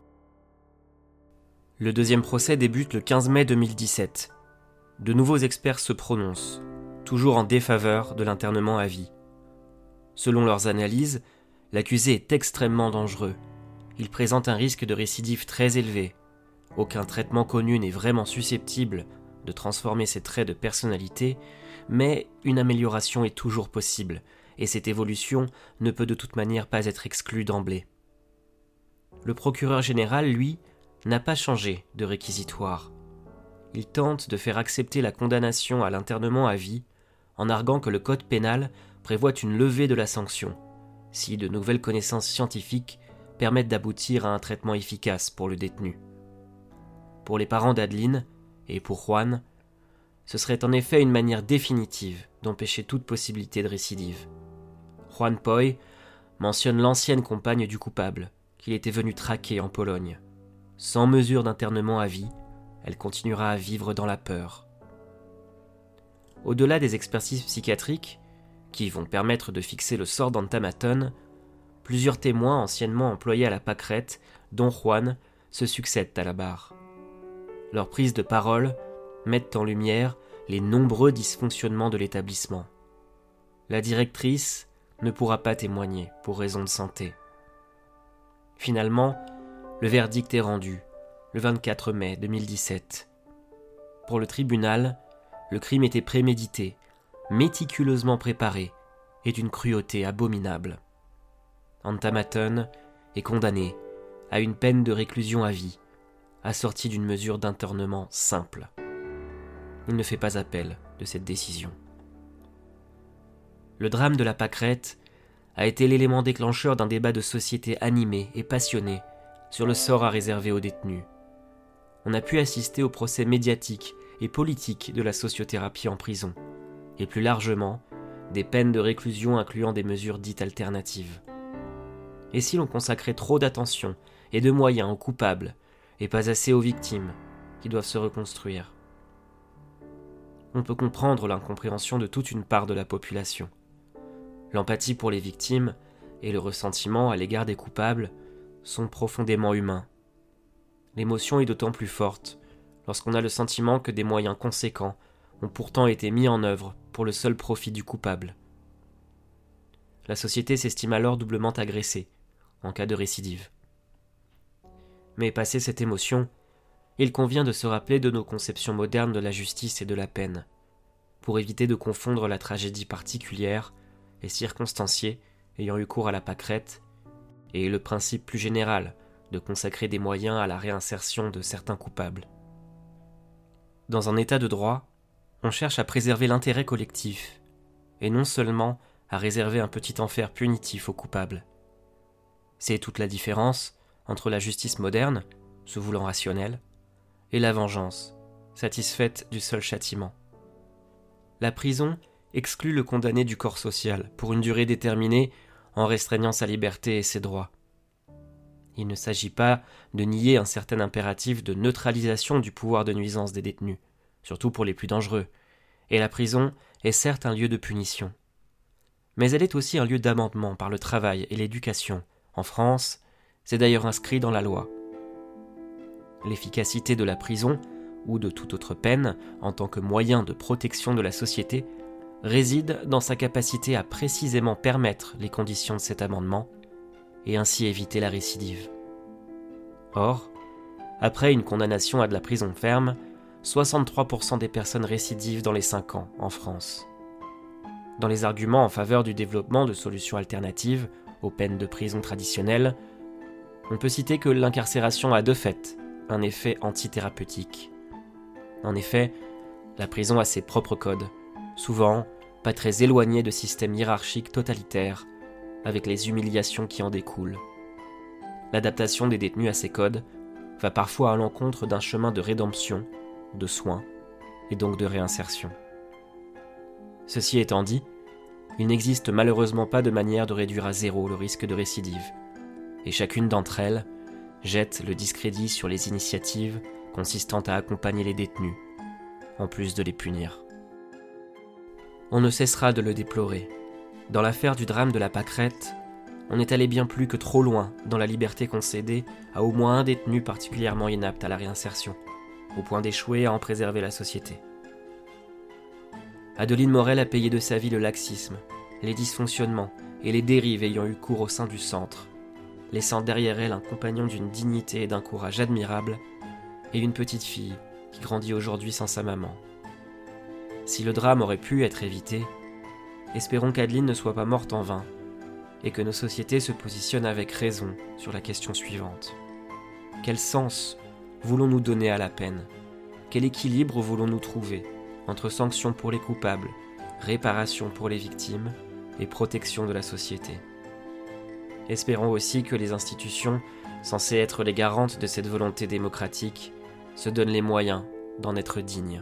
Le deuxième procès débute le 15 mai 2017. De nouveaux experts se prononcent, toujours en défaveur de l'internement à vie. Selon leurs analyses, l'accusé est extrêmement dangereux. Il présente un risque de récidive très élevé. Aucun traitement connu n'est vraiment susceptible de transformer ses traits de personnalité, mais une amélioration est toujours possible, et cette évolution ne peut de toute manière pas être exclue d'emblée. Le procureur général, lui, n'a pas changé de réquisitoire. Il tente de faire accepter la condamnation à l'internement à vie en arguant que le code pénal prévoit une levée de la sanction, si de nouvelles connaissances scientifiques permettent d'aboutir à un traitement efficace pour le détenu. Pour les parents d'Adeline, et pour Juan, ce serait en effet une manière définitive d'empêcher toute possibilité de récidive. Juan Poy mentionne l'ancienne compagne du coupable, qu'il était venu traquer en Pologne. Sans mesure d'internement à vie, elle continuera à vivre dans la peur. Au-delà des expertises psychiatriques, qui vont permettre de fixer le sort d'Antamaton, plusieurs témoins anciennement employés à la pâquerette, dont Juan, se succèdent à la barre. Leurs prises de parole mettent en lumière les nombreux dysfonctionnements de l'établissement. La directrice ne pourra pas témoigner pour raison de santé. Finalement, le verdict est rendu, le 24 mai 2017. Pour le tribunal, le crime était prémédité, méticuleusement préparé et d'une cruauté abominable. Antamaton est condamné à une peine de réclusion à vie, assortie d'une mesure d'internement simple. Il ne fait pas appel de cette décision. Le drame de la pâquerette a été l'élément déclencheur d'un débat de société animé et passionné sur le sort à réserver aux détenus. On a pu assister au procès médiatique et politique de la sociothérapie en prison, et plus largement, des peines de réclusion incluant des mesures dites alternatives. Et si l'on consacrait trop d'attention et de moyens aux coupables, et pas assez aux victimes, qui doivent se reconstruire? On peut comprendre l'incompréhension de toute une part de la population. L'empathie pour les victimes et le ressentiment à l'égard des coupables sont profondément humains. L'émotion est d'autant plus forte lorsqu'on a le sentiment que des moyens conséquents ont pourtant été mis en œuvre pour le seul profit du coupable. La société s'estime alors doublement agressée en cas de récidive. Mais passé cette émotion, il convient de se rappeler de nos conceptions modernes de la justice et de la peine, pour éviter de confondre la tragédie particulière et circonstanciée ayant eu cours à la pâquerette et le principe plus général de consacrer des moyens à la réinsertion de certains coupables. Dans un état de droit, on cherche à préserver l'intérêt collectif, et non seulement à réserver un petit enfer punitif aux coupables. C'est toute la différence entre la justice moderne, se voulant rationnelle, et la vengeance, satisfaite du seul châtiment. La prison exclut le condamné du corps social pour une durée déterminée en restreignant sa liberté et ses droits. Il ne s'agit pas de nier un certain impératif de neutralisation du pouvoir de nuisance des détenus, surtout pour les plus dangereux, et la prison est certes un lieu de punition. Mais elle est aussi un lieu d'amendement par le travail et l'éducation. En France, c'est d'ailleurs inscrit dans la loi. L'efficacité de la prison, ou de toute autre peine, en tant que moyen de protection de la société, réside dans sa capacité à précisément permettre les conditions de cet amendement, et ainsi éviter la récidive. Or, après une condamnation à de la prison ferme, 63% des personnes récidives dans les 5 ans en France. Dans les arguments en faveur du développement de solutions alternatives aux peines de prison traditionnelles, on peut citer que l'incarcération a de fait un effet antithérapeutique. En effet, la prison a ses propres codes, souvent pas très éloignés de systèmes hiérarchiques totalitaires, avec les humiliations qui en découlent. L'adaptation des détenus à ces codes va parfois à l'encontre d'un chemin de rédemption, de soins et donc de réinsertion. Ceci étant dit, il n'existe malheureusement pas de manière de réduire à zéro le risque de récidive, et chacune d'entre elles jette le discrédit sur les initiatives consistant à accompagner les détenus, en plus de les punir. On ne cessera de le déplorer. Dans l'affaire du drame de la pâquerette, On est allé bien plus que trop loin dans la liberté concédée à au moins un détenu particulièrement inapte à la réinsertion, au point d'échouer à en préserver la société. Adeline Morel a payé de sa vie le laxisme, les dysfonctionnements et les dérives ayant eu cours au sein du centre, laissant derrière elle un compagnon d'une dignité et d'un courage admirables et une petite fille qui grandit aujourd'hui sans sa maman. Si le drame aurait pu être évité, espérons qu'Adeline ne soit pas morte en vain et que nos sociétés se positionnent avec raison sur la question suivante. Quel sens voulons-nous donner à la peine ? Quel équilibre voulons-nous trouver entre sanctions pour les coupables, réparation pour les victimes et protection de la société ? Espérons aussi que les institutions, censées être les garantes de cette volonté démocratique, se donnent les moyens d'en être dignes.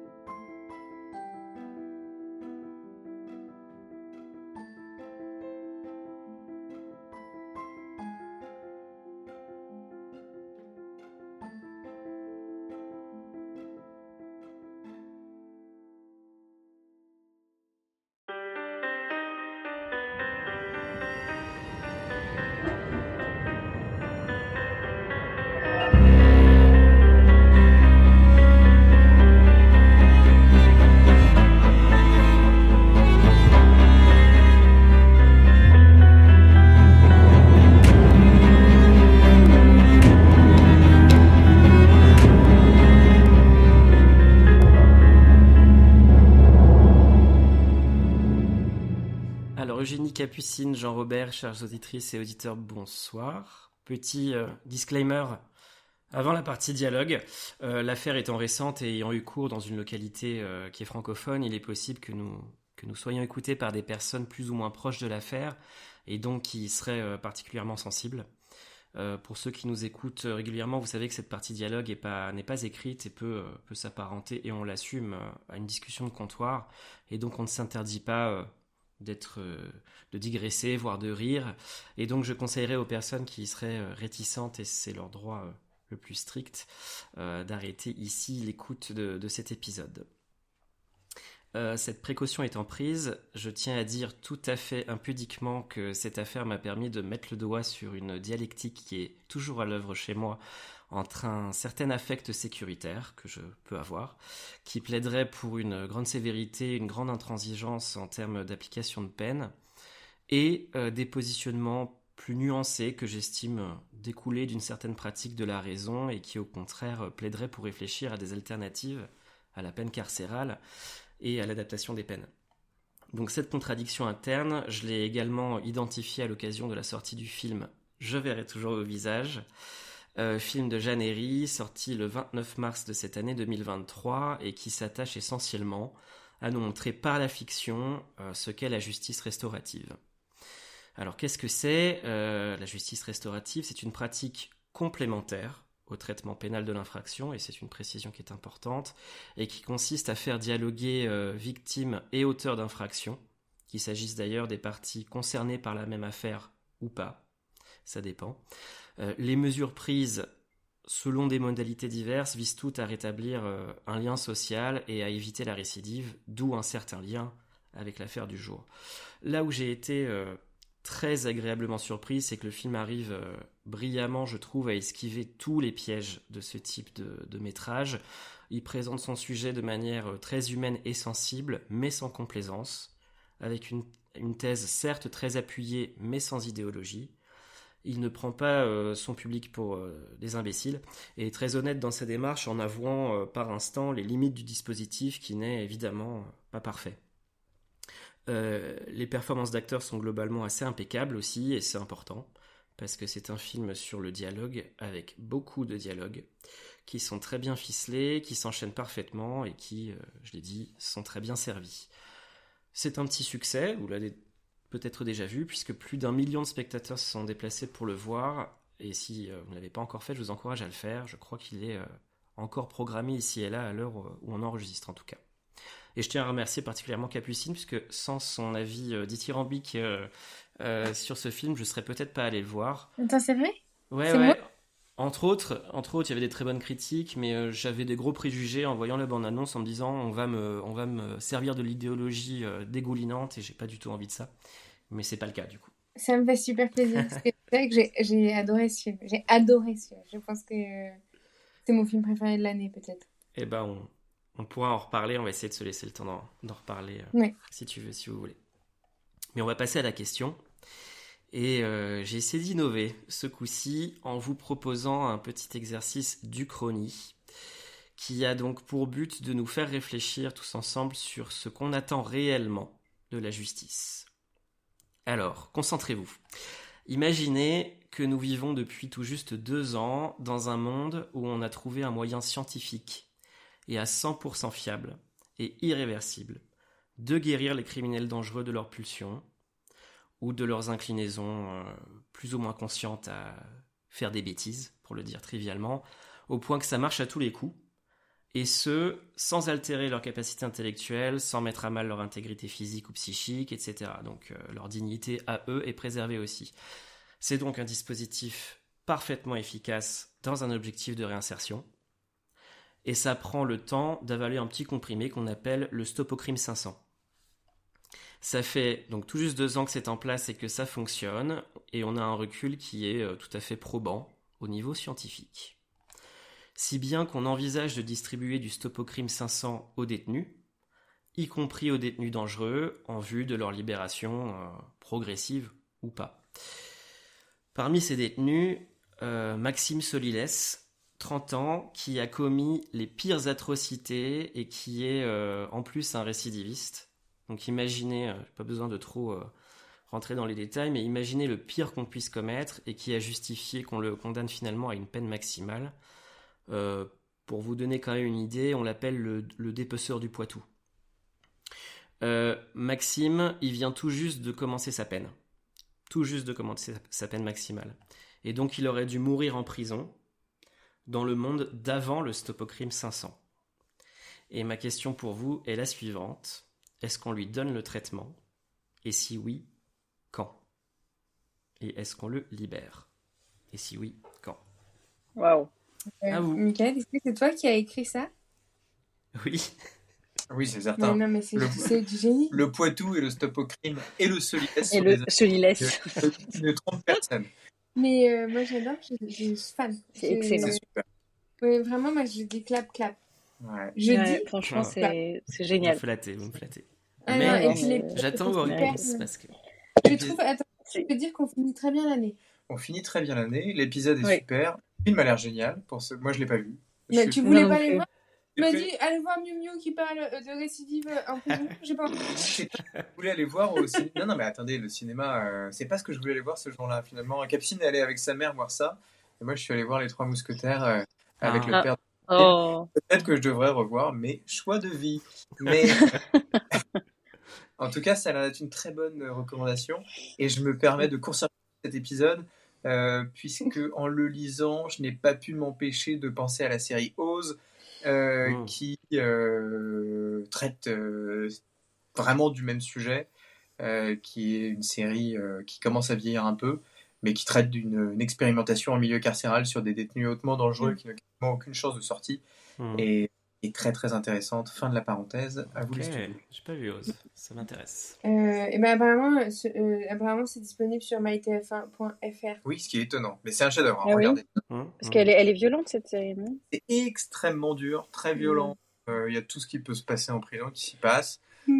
Eugénie Capucine, Jean-Robert, chères auditrices et auditeurs, bonsoir. Petit disclaimer avant la partie dialogue. L'affaire étant récente et ayant eu cours dans une localité qui est francophone, il est possible que nous soyons écoutés par des personnes plus ou moins proches de l'affaire et donc qui seraient particulièrement sensibles. Pour ceux qui nous écoutent régulièrement, vous savez que cette partie dialogue n'est pas écrite et peut s'apparenter, et on l'assume, à une discussion de comptoir. Et donc on ne s'interdit pas de digresser, voire de rire. Et donc je conseillerais aux personnes qui seraient réticentes, et c'est leur droit le plus strict, d'arrêter ici l'écoute de cet épisode. Cette précaution étant prise, je tiens à dire tout à fait impudiquement que cette affaire m'a permis de mettre le doigt sur une dialectique qui est toujours à l'œuvre chez moi entre un certain affect sécuritaire que je peux avoir, qui plaiderait pour une grande sévérité, une grande intransigeance en termes d'application de peine, et des positionnements plus nuancés que j'estime découler d'une certaine pratique de la raison et qui au contraire plaideraient pour réfléchir à des alternatives à la peine carcérale et à l'adaptation des peines. Donc cette contradiction interne, je l'ai également identifiée à l'occasion de la sortie du film « Je verrai toujours vos visages », film de Jeanne Herry, sorti le 29 mars de cette année 2023 et qui s'attache essentiellement à nous montrer par la fiction ce qu'est la justice restaurative. Alors qu'est-ce que c'est la justice restaurative ? C'est une pratique complémentaire au traitement pénal de l'infraction, et c'est une précision qui est importante, et qui consiste à faire dialoguer victimes et auteurs d'infraction, qu'il s'agisse d'ailleurs des parties concernées par la même affaire ou pas, ça dépend. Les mesures prises selon des modalités diverses visent toutes à rétablir un lien social et à éviter la récidive, d'où un certain lien avec l'affaire du jour. Là où j'ai été très agréablement surpris, c'est que le film arrive brillamment, je trouve, à esquiver tous les pièges de ce type de métrage. Il présente son sujet de manière très humaine et sensible, mais sans complaisance, avec une thèse certes très appuyée, mais sans idéologie. Il ne prend pas son public pour des imbéciles et est très honnête dans sa démarche en avouant par instant les limites du dispositif qui n'est évidemment pas parfait. Les performances d'acteurs sont globalement assez impeccables aussi, et c'est important parce que c'est un film sur le dialogue, avec beaucoup de dialogues qui sont très bien ficelés, qui s'enchaînent parfaitement et qui, je l'ai dit, sont très bien servis. C'est un petit succès, vous l'avez peut-être déjà vu, puisque plus d'1 million de spectateurs se sont déplacés pour le voir, et si vous ne l'avez pas encore fait, je vous encourage à le faire. Je crois qu'il est encore programmé ici et là à l'heure où on enregistre en tout cas. Et je tiens à remercier particulièrement Capucine, puisque sans son avis dithyrambique sur ce film, je ne serais peut-être pas allé le voir. Attends, c'est vrai ? Ouais, c'est ouais. moi Entre autres, il y avait des très bonnes critiques, mais j'avais des gros préjugés en voyant la bande-annonce en me disant on va me servir de l'idéologie dégoulinante, et j'ai pas du tout envie de ça. Mais c'est pas le cas du coup. Ça me fait super plaisir. Parce que c'est vrai que j'ai adoré ce film. J'ai adoré ce film. Je pense que c'est mon film préféré de l'année, peut-être. Eh ben, on pourra en reparler. On va essayer de se laisser le temps d'en reparler Ouais. si tu veux, si vous voulez. Mais on va passer à la question. Et j'ai essayé d'innover ce coup-ci en vous proposant un petit exercice d'Uchronie qui a donc pour but de nous faire réfléchir tous ensemble sur ce qu'on attend réellement de la justice. Alors, concentrez-vous. Imaginez que nous vivons depuis tout juste 2 ans dans un monde où on a trouvé un moyen scientifique et à 100% fiable et irréversible de guérir les criminels dangereux de leurs pulsions ou de leurs inclinaisons plus ou moins conscientes à faire des bêtises, pour le dire trivialement, au point que ça marche à tous les coups, et ce, sans altérer leur capacité intellectuelle, sans mettre à mal leur intégrité physique ou psychique, etc. Donc leur dignité à eux est préservée aussi. C'est donc un dispositif parfaitement efficace dans un objectif de réinsertion, et ça prend le temps d'avaler un petit comprimé qu'on appelle le Stopocrime 500. Ça fait donc tout juste 2 ans que c'est en place et que ça fonctionne, et on a un recul qui est tout à fait probant au niveau scientifique. Si bien qu'on envisage de distribuer du Stopocrime 500 aux détenus, y compris aux détenus dangereux, en vue de leur libération progressive ou pas. Parmi ces détenus, Maxime Soliles, 30 ans, qui a commis les pires atrocités et qui est en plus un récidiviste. Donc imaginez, pas besoin de trop rentrer dans les détails, mais imaginez le pire qu'on puisse commettre et qui a justifié qu'on le condamne finalement à une peine maximale. Pour vous donner quand même une idée, on l'appelle le dépeceur du Poitou. Maxime, il vient tout juste de commencer sa peine. Tout juste de commencer sa peine maximale. Et donc il aurait dû mourir en prison dans le monde d'avant le Stopocrime 500. Et ma question pour vous est la suivante. Est-ce qu'on lui donne le traitement? Et si oui, quand? Et est-ce qu'on le libère? Et si oui, quand? Waouh. À vous. Michael, est-ce que c'est toi qui as écrit ça? Oui. Oui, c'est certain. Non, mais c'est du génie. Le Poitou et le Stopocrime et le Soliles Et le Soliles. de 30 personnes. Mais moi, j'adore, je suis fan. C'est excellent. C'est super. Oui, vraiment, moi, je dis clap. Ouais. Je Ouais, dis franchement, clap. c'est génial. Vous me flattez. Ah Mais non, et puis j'attends vos super, réponses parce que... Je trouve, attends, je peux dire qu'on finit très bien l'année. On finit très bien l'année, l'épisode est Oui. super, le film a l'air génial, moi je l'ai pas vu. Mais tu voulais Non, pas non aller plus. voir? Tu m'as dit, allez voir Miu Miu qui parle de récidive en prison. J'ai pas envie. Je voulais aller voir au cinéma. Non mais attendez, le cinéma, c'est pas ce que je voulais aller voir ce jour-là finalement. Capucine est allée avec sa mère voir ça, et moi je suis allé voir Les Trois Mousquetaires avec le père. Oh. Peut-être que je devrais revoir mes choix de vie. Mais en tout cas, ça a l'air d'être une très bonne recommandation, et je me permets de court-circuiter cet épisode. Puisque en le lisant, je n'ai pas pu m'empêcher de penser à la série Oz, qui traite vraiment du même sujet, qui est une série qui commence à vieillir un peu, mais qui traite d'une expérimentation en milieu carcéral sur des détenus hautement dangereux qui n'ont quasiment aucune chance de sortie, et très très intéressante. Fin de la parenthèse, à vous les studios. J'ai pas vu Oz, ça m'intéresse. Et ben apparemment c'est disponible sur mytf1.fr. Oui, ce qui est étonnant, mais c'est un chef-d'œuvre, Ah oui. regardez. Parce qu'elle est violente cette série, non? C'est extrêmement dur, très violent. Il y a tout ce qui peut se passer en prison qui s'y passe.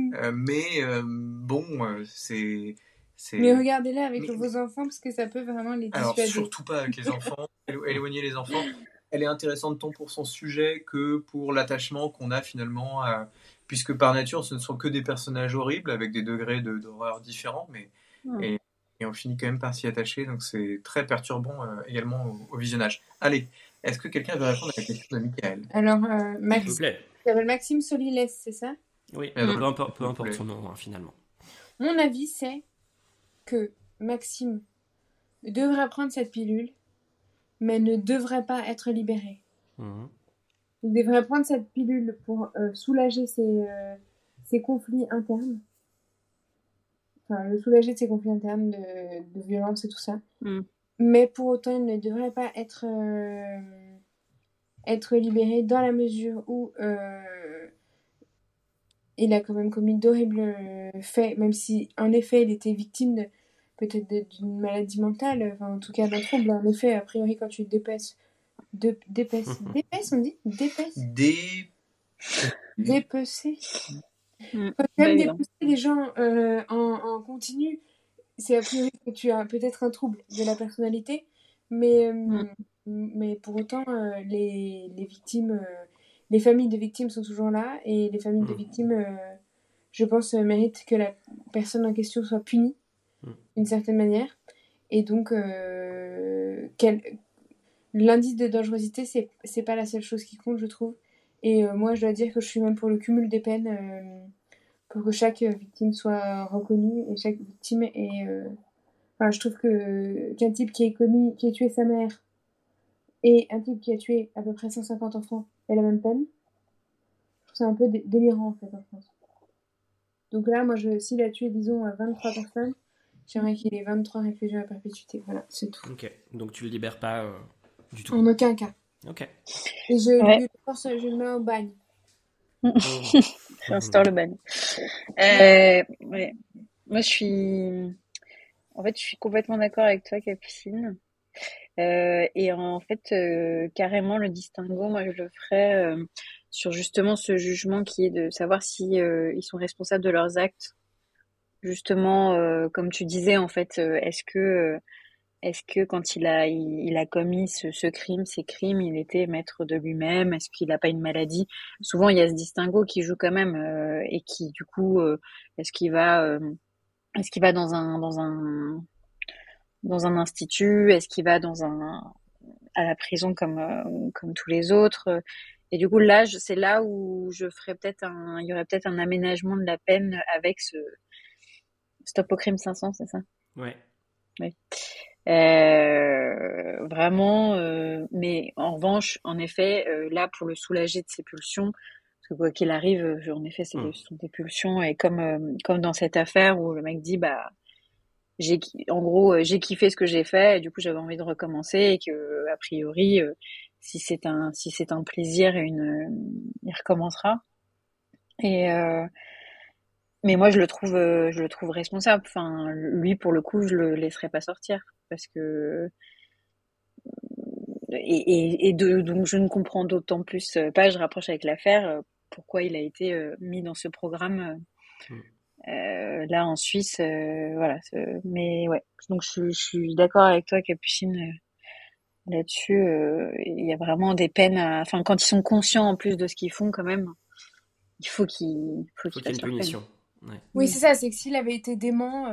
C'est... Mais regardez-la avec vos enfants parce que ça peut vraiment les dissuader. Alors, surtout pas avec les enfants. Éloigner les enfants. Elle est intéressante tant pour son sujet que pour l'attachement qu'on a finalement, puisque par nature, ce ne sont que des personnages horribles avec des degrés d'horreur différents, mais et on finit quand même par s'y attacher, donc c'est très perturbant également au visionnage. Allez, est-ce que quelqu'un veut répondre à la question de Michael? Alors, S'il vous plaît. Il s'appelle Maxime Soliles, c'est ça? Oui, peu importe son nom, finalement. Mon avis, c'est que Maxime devrait prendre cette pilule, mais ne devrait pas être libéré. Il devrait prendre cette pilule pour soulager ses conflits internes. Enfin, le soulager de ses conflits internes de violence et tout ça. Mais pour autant, il ne devrait pas être libéré dans la mesure où il a quand même commis d'horribles faits, même si en effet il était victime peut-être d'une maladie mentale, enfin, en tout cas d'un trouble. En effet, a priori, quand tu dépaisses, on dit dépecer. Quand tu aimes dépecer les gens en continu, c'est a priori que tu as peut-être un trouble de la personnalité, mais pour autant, les victimes, les familles de victimes sont toujours là, et les familles de victimes, je pense, méritent que la personne en question soit punie d'une certaine manière. Et donc, l'indice de dangerosité, c'est pas la seule chose qui compte, je trouve. Et moi, je dois dire que je suis même pour le cumul des peines, pour que chaque victime soit reconnue, et chaque victime est... Enfin, je trouve qu'un type qui a tué sa mère et un type qui a tué à peu près 150 enfants ait la même peine. Je trouve ça un peu délirant, en fait, en France. Donc là, moi, s'il a tué, disons, 23 personnes, j'aimerais qu'il ait 23 réfugiés à perpétuité. Voilà, c'est tout. Ok, donc tu le libères pas du tout. En aucun cas. Ok. Et je le mets au bagne. J'instaure le bagne. Ouais. Moi, je suis complètement d'accord avec toi, Capucine. Et en fait, carrément, le distinguo, moi, je le ferais sur justement ce jugement qui est de savoir si ils sont responsables de leurs actes. Justement, comme tu disais, en fait, est-ce que quand il a commis ce crime, ces crimes, il était maître de lui-même? Est-ce qu'il n'a pas une maladie? Souvent, il y a ce distinguo qui joue quand même et qui, du coup, est-ce qu'il va dans un institut? Est-ce qu'il va à la prison comme tous les autres? Et du coup, là, c'est là où il y aurait peut-être un aménagement de la peine avec ce Stop au crime 500, c'est ça? Ouais. Oui. Vraiment, mais en revanche, en effet, là, pour le soulager de ses pulsions, parce que quoi qu'il arrive, en effet, ce sont des pulsions, et comme dans cette affaire où le mec dit, bah, j'ai kiffé ce que j'ai fait, et du coup, j'avais envie de recommencer, et que, a priori, si c'est un plaisir, il recommencera. Mais moi, je le trouve responsable. Enfin, lui, pour le coup, je le laisserai pas sortir parce que donc je ne comprends d'autant plus pas. Je rapproche avec l'affaire pourquoi il a été mis dans ce programme là en Suisse. Voilà. Mais ouais. Donc je suis d'accord avec toi, Capucine. Là-dessus, il y a vraiment des peines. Enfin, quand ils sont conscients en plus de ce qu'ils font, quand même, il faut qu'ils faut qu'il y ait une punition. Ouais. Oui, c'est ça, c'est que s'il avait été dément,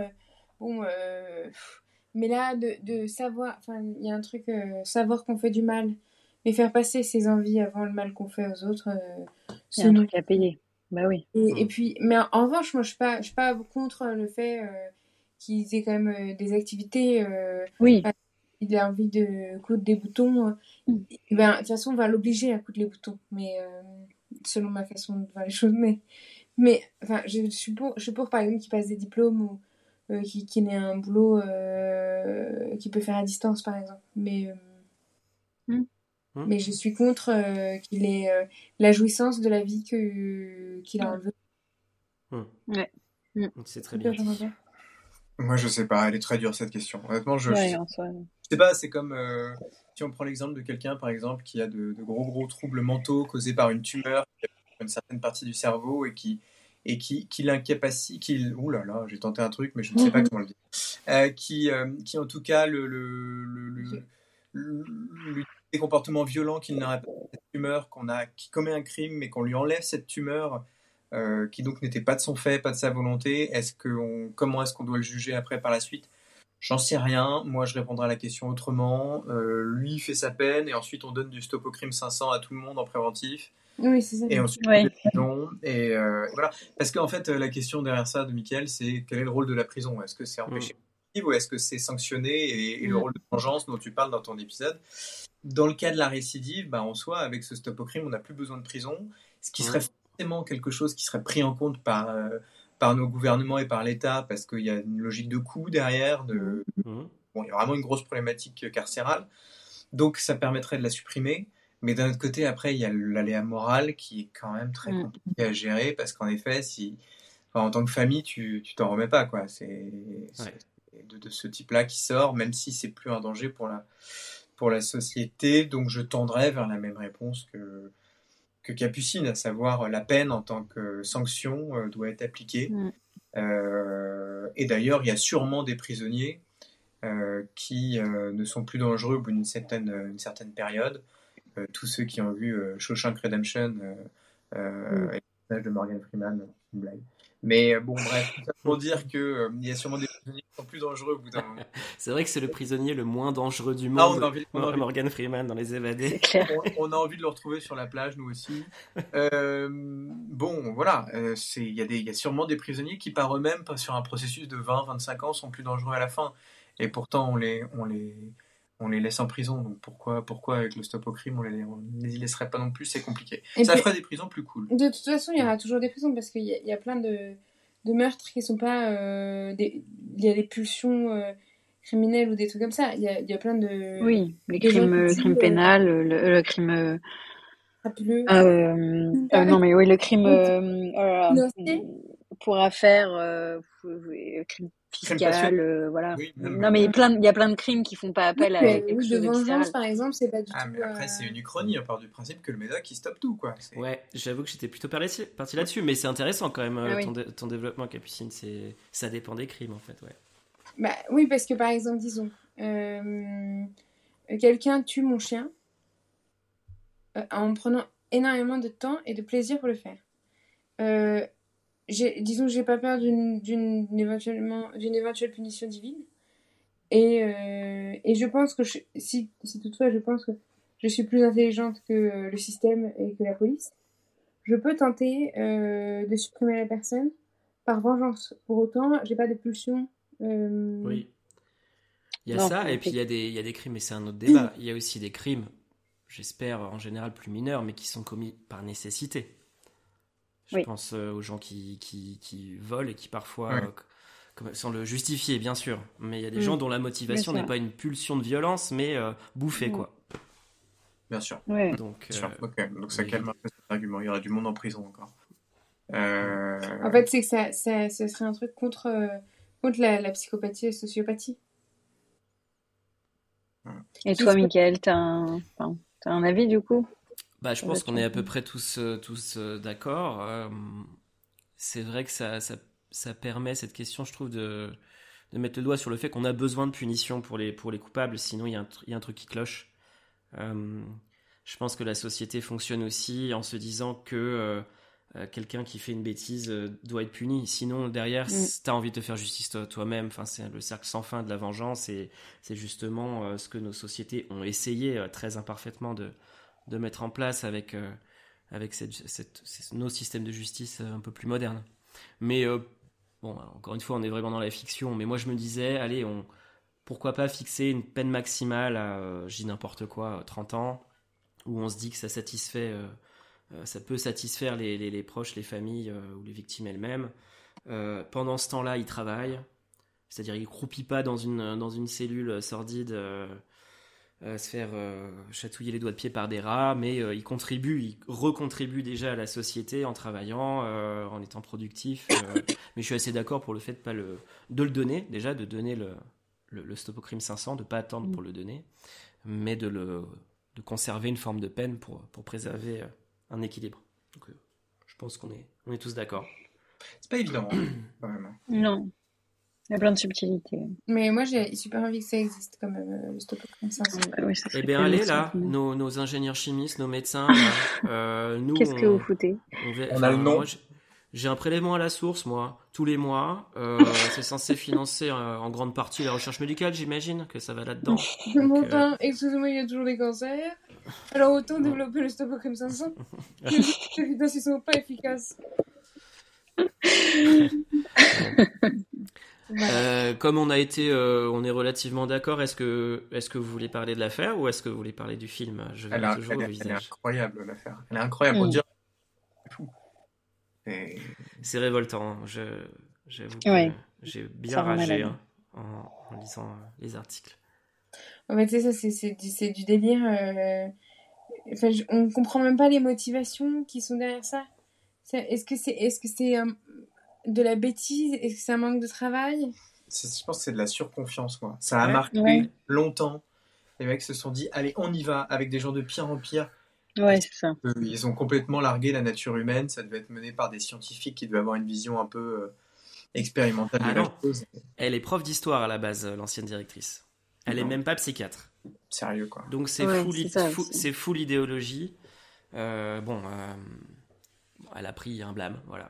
mais là, de savoir, enfin, il y a un truc, savoir qu'on fait du mal, et faire passer ses envies avant le mal qu'on fait aux autres, il y a un truc à payer. Bah oui. Et puis, mais en revanche, moi, je suis pas contre le fait qu'ils aient quand même des activités. Oui. Il a envie de coudre des boutons. Ben, de toute façon, on va l'obliger à coudre les boutons, mais selon ma façon de voir les choses. Mais enfin, je suis pour par exemple, qu'il passe des diplômes ou qu'il ait un boulot qu'il peut faire à distance, par exemple. Mais je suis contre qu'il ait la jouissance de la vie qu'il a enlevé. Ouais. C'est très bien. Moi, je sais pas, elle est très dure cette question. Honnêtement, je sais pas, c'est comme si on prend l'exemple de quelqu'un, par exemple, qui a de gros troubles mentaux causés par une tumeur qui affecte une certaine partie du cerveau et qui l'incapacite, ouh là là, j'ai tenté un truc, mais je ne sais pas comment le dire, qui en tout cas des comportements violents qu'il n'aurait pas cette tumeur, qui commet un crime, mais qu'on lui enlève cette tumeur. Qui donc n'était pas de son fait, pas de sa volonté. Comment est-ce qu'on doit le juger après par la suite? J'en sais rien. Moi, je répondrai à la question autrement. Lui fait sa peine et ensuite on donne du stop au crime 500 à tout le monde en préventif. Oui, c'est ça. Et ensuite, et voilà. Parce qu'en fait, la question derrière ça de Mickaël, c'est quel est le rôle de la prison? Est-ce que c'est empêcher ou est-ce que c'est sanctionner et le rôle de vengeance dont tu parles dans ton épisode? Dans le cas de la récidive, en soi, avec ce stop au crime, on n'a plus besoin de prison. Ce qui serait forcément quelque chose qui serait pris en compte par nos gouvernements et par l'État, parce qu'il y a une logique de coût derrière. Il y a vraiment une grosse problématique carcérale. Donc, ça permettrait de la supprimer. Mais d'un autre côté, après, il y a l'aléa moral qui est quand même très compliqué à gérer, parce qu'en effet, en tant que famille, tu t'en remets pas, quoi. de ce type-là qui sort, même si c'est plus un danger pour la société. Donc je tendrais vers la même réponse que Capucine, à savoir la peine en tant que sanction doit être appliquée. Et d'ailleurs, il y a sûrement des prisonniers qui ne sont plus dangereux au bout d'une certaine période. Tous ceux qui ont vu Shawshank Redemption et le personnage de Morgan Freeman, une blague. Mais bon, bref, tout ça pour dire qu'il y a sûrement des prisonniers qui sont plus dangereux au bout d'un moment. C'est vrai que c'est le prisonnier le moins dangereux du Ah, monde, Morgan Freeman dans Les Évadés. On a envie de le retrouver sur la plage, nous aussi. Bon, voilà, il y a sûrement des prisonniers qui, par eux-mêmes, sur un processus de 20-25 ans, sont plus dangereux à la fin. Et pourtant, on les laisse en prison. Donc pourquoi avec le stop au crime, on les laisserait pas non plus? C'est compliqué. Et ça puis, ferait des prisons plus cool. De toute façon, il y aura toujours des prisons parce qu'il y a plein de meurtres qui sont pas... il y a des pulsions criminelles ou des trucs comme ça. Il y a plein de... Oui, le crime pénal, le crime... crapuleux. non, mais oui, le crime... pour affaire, crime fiscal, voilà. Oui, non, mais il y a plein de crimes qui font pas appel à quelque chose de vengeance, viscéral. par exemple, c'est pas du tout... mais après, c'est une uchronie, on part du principe que le médoc, il stoppe tout, quoi. Ouais, j'avoue que j'étais plutôt parti là-dessus, mais c'est intéressant quand même, ton développement, Capucine. Ça dépend des crimes, en fait, ouais. Bah, oui, parce que, par exemple, disons, quelqu'un tue mon chien en prenant énormément de temps et de plaisir pour le faire. Disons que j'ai pas peur d'une éventuelle punition divine. Et je pense que si toutefois je pense que je suis plus intelligente que le système et que la police, je peux tenter de supprimer la personne par vengeance. Pour autant, j'ai pas de pulsion. Oui. Il y a ça, et puis il y a des crimes, et c'est un autre débat. Il y a aussi des crimes, j'espère en général plus mineurs, mais qui sont commis par nécessité. Je pense aux gens qui volent et qui parfois, sans le justifier bien sûr, mais il y a des gens dont la motivation n'est pas une pulsion de violence, mais bouffer quoi. Bien sûr. Donc, Donc ça calme un peu cet argument. Il y aurait du monde en prison encore. En fait, c'est que ça serait un truc contre la psychopathie et la sociopathie. Et toi, Mickaël, t'as un avis du coup? Bah, je pense qu'on est à peu près tous d'accord. C'est vrai que ça permet, cette question, je trouve, de mettre le doigt sur le fait qu'on a besoin de punition pour les coupables, sinon il y a un truc qui cloche. Je pense que la société fonctionne aussi en se disant que quelqu'un qui fait une bêtise doit être puni. Sinon, derrière, t'as envie de te faire justice toi-même. Enfin, c'est le cercle sans fin de la vengeance, et c'est justement ce que nos sociétés ont essayé très imparfaitement de mettre en place avec nos systèmes de justice un peu plus modernes. Mais bon, encore une fois, on est vraiment dans la fiction, mais moi je me disais, allez, pourquoi pas fixer une peine maximale à, je dis n'importe quoi, 30 ans, où on se dit que ça peut satisfaire les proches, les familles ou les victimes elles-mêmes. Pendant ce temps-là, ils travaillent, c'est-à-dire ils croupissent pas dans une cellule sordide, se faire chatouiller les doigts de pied par des rats, mais ils recontribuent déjà à la société en travaillant, en étant productifs. Mais je suis assez d'accord pour le fait de le donner, déjà, de donner le Stop au crime 500, de ne pas attendre pour le donner, mais de conserver une forme de peine pour préserver un équilibre. Donc, je pense qu'on est tous d'accord. C'est pas évident, quand même. Non. Il y a plein de subtilités. Mais moi, j'ai super envie que ça existe, quand même, le Stop au crime 500. Eh bien, allez, là, nos ingénieurs chimistes, nos médecins, nous... Qu'est-ce que vous foutez? On a le nom. Moi, j'ai un prélèvement à la source, moi, tous les mois. C'est censé financer en grande partie la recherche médicale, j'imagine, que ça va là-dedans. Bon, excusez-moi, il y a toujours des cancers. Alors, autant développer le Stop au crime 500 que les évidences, ils sont pas efficaces. Voilà. Comme on est relativement d'accord, est-ce que vous voulez parler de l'affaire ou est-ce que vous voulez parler du film? Elle est incroyable, l'affaire. Elle est incroyable. On dirait tout. C'est révoltant. J'avoue que j'ai bien ragé en lisant les articles. En fait, c'est du délire. Enfin, on comprend même pas les motivations qui sont derrière ça. Est-ce que c'est de la bêtise? Est-ce que c'est un manque de travail? je pense que c'est de la surconfiance, quoi. Ça a Ouais. marqué Ouais, longtemps. Les mecs se sont dit, allez, on y va, avec des gens de pire en pire. ouais, c'est ça. Ils ont complètement largué la nature humaine. Ça devait être mené par des scientifiques qui devaient avoir une vision un peu expérimentale de Ah la non, chose. elle est prof d'histoire à la base, l'ancienne directrice. Elle est Non, même pas psychiatre. sérieux, quoi. Donc c'est Ouais, full, c'est ça full- aussi. c'est full idéologie. Bon, elle a pris un blâme, voilà.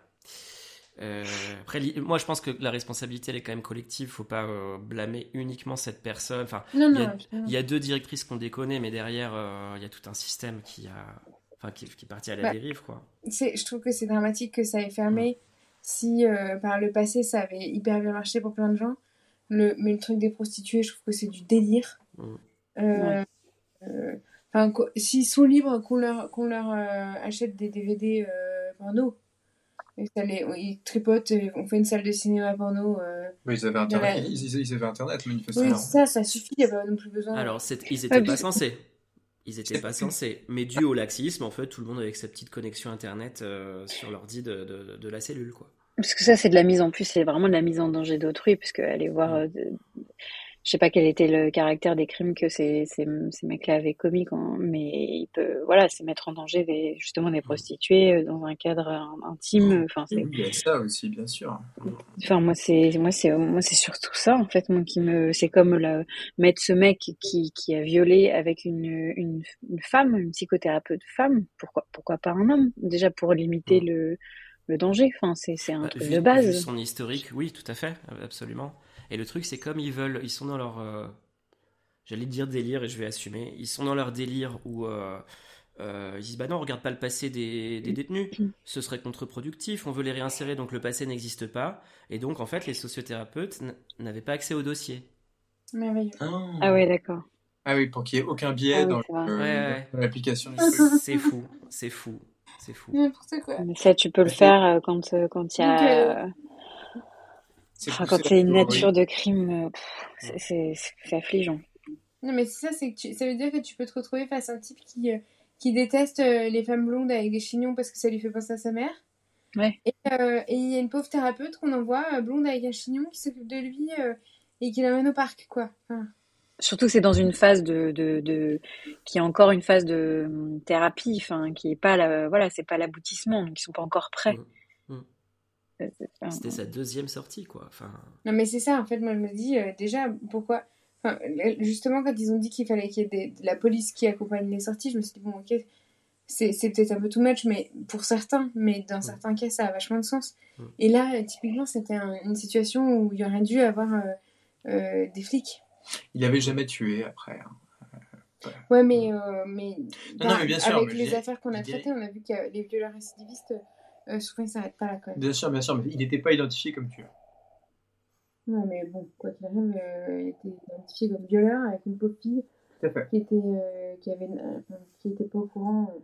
Après, moi je pense que la responsabilité elle est quand même collective. Faut pas blâmer uniquement cette personne. Enfin, Non, il y non, a, absolument. il y a deux directrices qu'on déconne, mais derrière il y a tout un système qui est parti à la Bah, dérive, quoi. je trouve que c'est dramatique que ça ait Mm, fermé. Si par le passé ça avait hyper bien marché pour plein de gens, mais le truc des prostituées, je trouve que c'est du délire. mm. Ouais. Euh, euh, Enfin, s'ils sont libres, qu'on leur achète des DVD porno, et ils tripotent, on fait une salle de cinéma porno. Mais ils avaient Il y en a- Internet, ils avaient Internet, Oui, manifestement. ça suffit, il n'y a pas non plus besoin. Alors, ils Ouais, étaient pas puis- censés. Ils étaient pas censés. Mais dû au laxisme, en fait, tout le monde avec sa petite connexion internet sur l'ordi de la cellule, quoi. Parce que ça, c'est de la mise en plus, c'est vraiment de la mise en danger d'autrui, puisque aller voir, Mm, je sais pas quel était le caractère des crimes que ces mecs-là avaient commis, mais il peut, voilà, c'est mettre en danger justement des mm, prostituées dans un cadre intime. Enfin, Et oui, il y a ça aussi, bien sûr. mm. moi c'est surtout ça en fait, moi c'est comme mettre ce mec qui a violé avec une femme, une psychothérapeute femme. Pourquoi pas un homme? Déjà pour limiter Mm. le danger. Enfin, c'est un Bah, truc vu, de vu base. son historique, oui, tout à fait, absolument. Et le truc, c'est comme ils sont dans leur, j'allais dire délire et je vais assumer, ils sont dans leur délire où ils disent bah non, on regarde pas le passé des détenus, ce serait contre-productif, on veut les réinsérer, donc le passé n'existe pas, et donc en fait les sociothérapeutes n'avaient pas accès au dossier. Merveilleux. Ah ouais, d'accord. Ah oui, pour qu'il n'y ait aucun biais Ah oui, c'est vrai. Ouais, dans l'application du ouais, truc. c'est fou, c'est fou, c'est fou. N'importe quoi. Mais ça, tu peux le C'est faire quand il y Donc, a, enfin, quand pousser la c'est une théorie. nature de crime, Mm. c'est affligeant. non, mais c'est ça, c'est que ça veut dire que tu peux te retrouver face à un type qui déteste les femmes blondes avec des chignons parce que ça lui fait penser à sa mère. Ouais. Et il y a une pauvre thérapeute qu'on envoie blonde avec un chignon qui s'occupe de lui et qui l'amène au parc, quoi. Enfin, Surtout que c'est dans une phase qui est encore une phase de thérapie, enfin, qui est pas voilà, c'est pas l'aboutissement, donc ils sont pas encore prêts. Mm. Mm. Enfin, C'était sa deuxième sortie, quoi. Enfin, non, mais c'est ça, en fait, moi je me dis déjà, pourquoi. Enfin, justement, quand ils ont dit qu'il fallait qu'il y ait de la police qui accompagne les sorties, je me suis dit, bon, ok, c'est peut-être un peu too much, mais pour certains, mais dans certains cas, ça a vachement de sens. Mm. Et là, typiquement, c'était une situation où il aurait dû avoir des flics. Il n'avait jamais tué après. Hein. Ouais, mais Non, mais bien sûr, avec mais les affaires qu'on a l'idée- traitées, on a vu que les violeurs récidivistes, souvent ils s'arrêtent pas là quand même. Bien sûr, mais il n'était pas identifié comme tueur. Non, mais bon, quoi qu'il arrive, il était identifié comme violeur avec une pauvre fille Tout à fait. qui était pas au courant.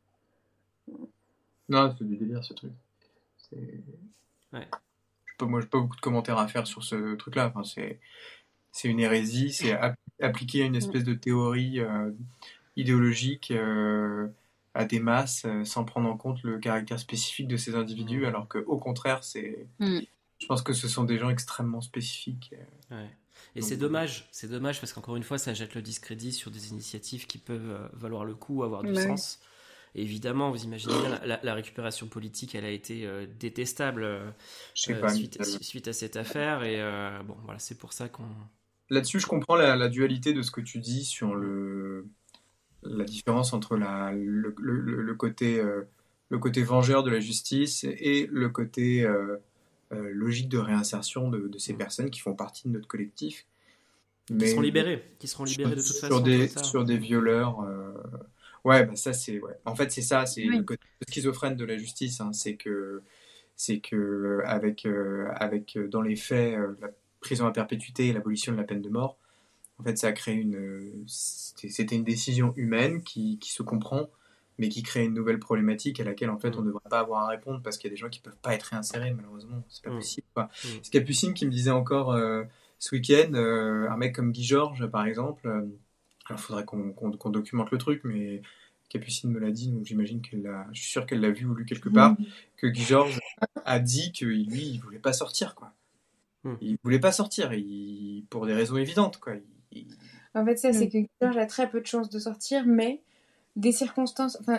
Non, c'est du délire ce truc. ouais. Moi, j'ai pas beaucoup de commentaires à faire sur ce truc-là. Enfin, c'est une hérésie, c'est appliquer une espèce de théorie idéologique à des masses sans prendre en compte le caractère spécifique de ces individus, alors qu'au contraire, je pense que ce sont des gens extrêmement spécifiques. Ouais. Et Donc, c'est dommage parce qu'encore une fois, ça jette le discrédit sur des initiatives qui peuvent valoir le coup, avoir du Ouais. sens. Et évidemment, vous imaginez bien, la récupération politique, elle a été détestable je sais pas. suite à cette affaire. Et bon, voilà, c'est pour ça qu'on. Là-dessus, je comprends la dualité de ce que tu dis sur la différence entre le côté vengeur de la justice et le côté logique de réinsertion de ces personnes qui font partie de notre collectif. Qui seront libérés de toute façon. Sur des violeurs. Ouais, bah ça c'est. Ouais. En fait, c'est ça, c'est Oui. le côté schizophrène de la justice. Hein, c'est que avec dans les faits, la prison à perpétuité et l'abolition de la peine de mort, en fait, ça a créé c'était une décision humaine qui se comprend, mais qui crée une nouvelle problématique à laquelle en fait on ne devrait pas avoir à répondre parce qu'il y a des gens qui peuvent pas être réinsérés, malheureusement, c'est pas possible. Quoi. C'est Capucine qui me disait encore ce week-end, un mec comme Guy Georges par exemple. Alors, il faudrait qu'on documente le truc, mais Capucine me l'a dit, donc j'imagine je suis sûr qu'elle l'a vu ou lu quelque part, que Guy Georges a dit que lui, il voulait pas sortir, quoi. Il voulait pas sortir, pour des raisons évidentes, quoi. En fait, ça, c'est que George a très peu de chances de sortir, mais des circonstances... Enfin,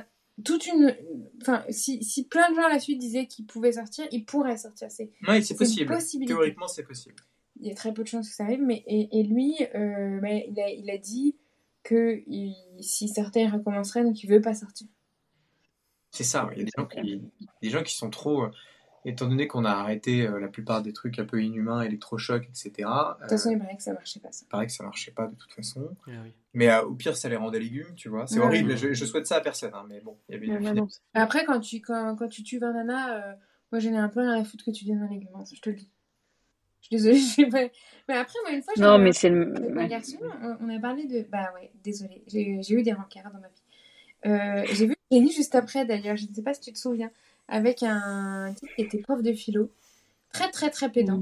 si plein de gens à la suite disaient qu'il pouvait sortir, il pourrait sortir. Oui, c'est possible. Théoriquement, c'est possible. Il y a très peu de chances que ça arrive, mais et lui, il a dit que s'il sortait, il recommencerait, donc il veut pas sortir. C'est ça, il y a des gens qui sont trop... étant donné qu'on a arrêté la plupart des trucs un peu inhumains, électrochocs, etc. De toute façon, il paraît que ça marchait pas, ça. Il paraît que ça marchait pas de toute façon. Ah oui. Mais au pire, ça les rendait légumes, tu vois. C'est horrible, je souhaite ça à personne, hein, mais bon, il y avait des Après, quand tu tues 20 nanas, moi j'en ai un peu rien à foutre que tu deviennes un légume, hein, je te le dis. Je suis désolée, mais après, moi, une fois, Non, mais c'est un garçon, on a parlé de... Bah ouais, désolée, j'ai eu des rencarts dans ma vie. J'ai vu Jenny juste après, d'ailleurs, je ne sais pas si tu te souviens, avec un type qui était prof de philo, très très très pédant.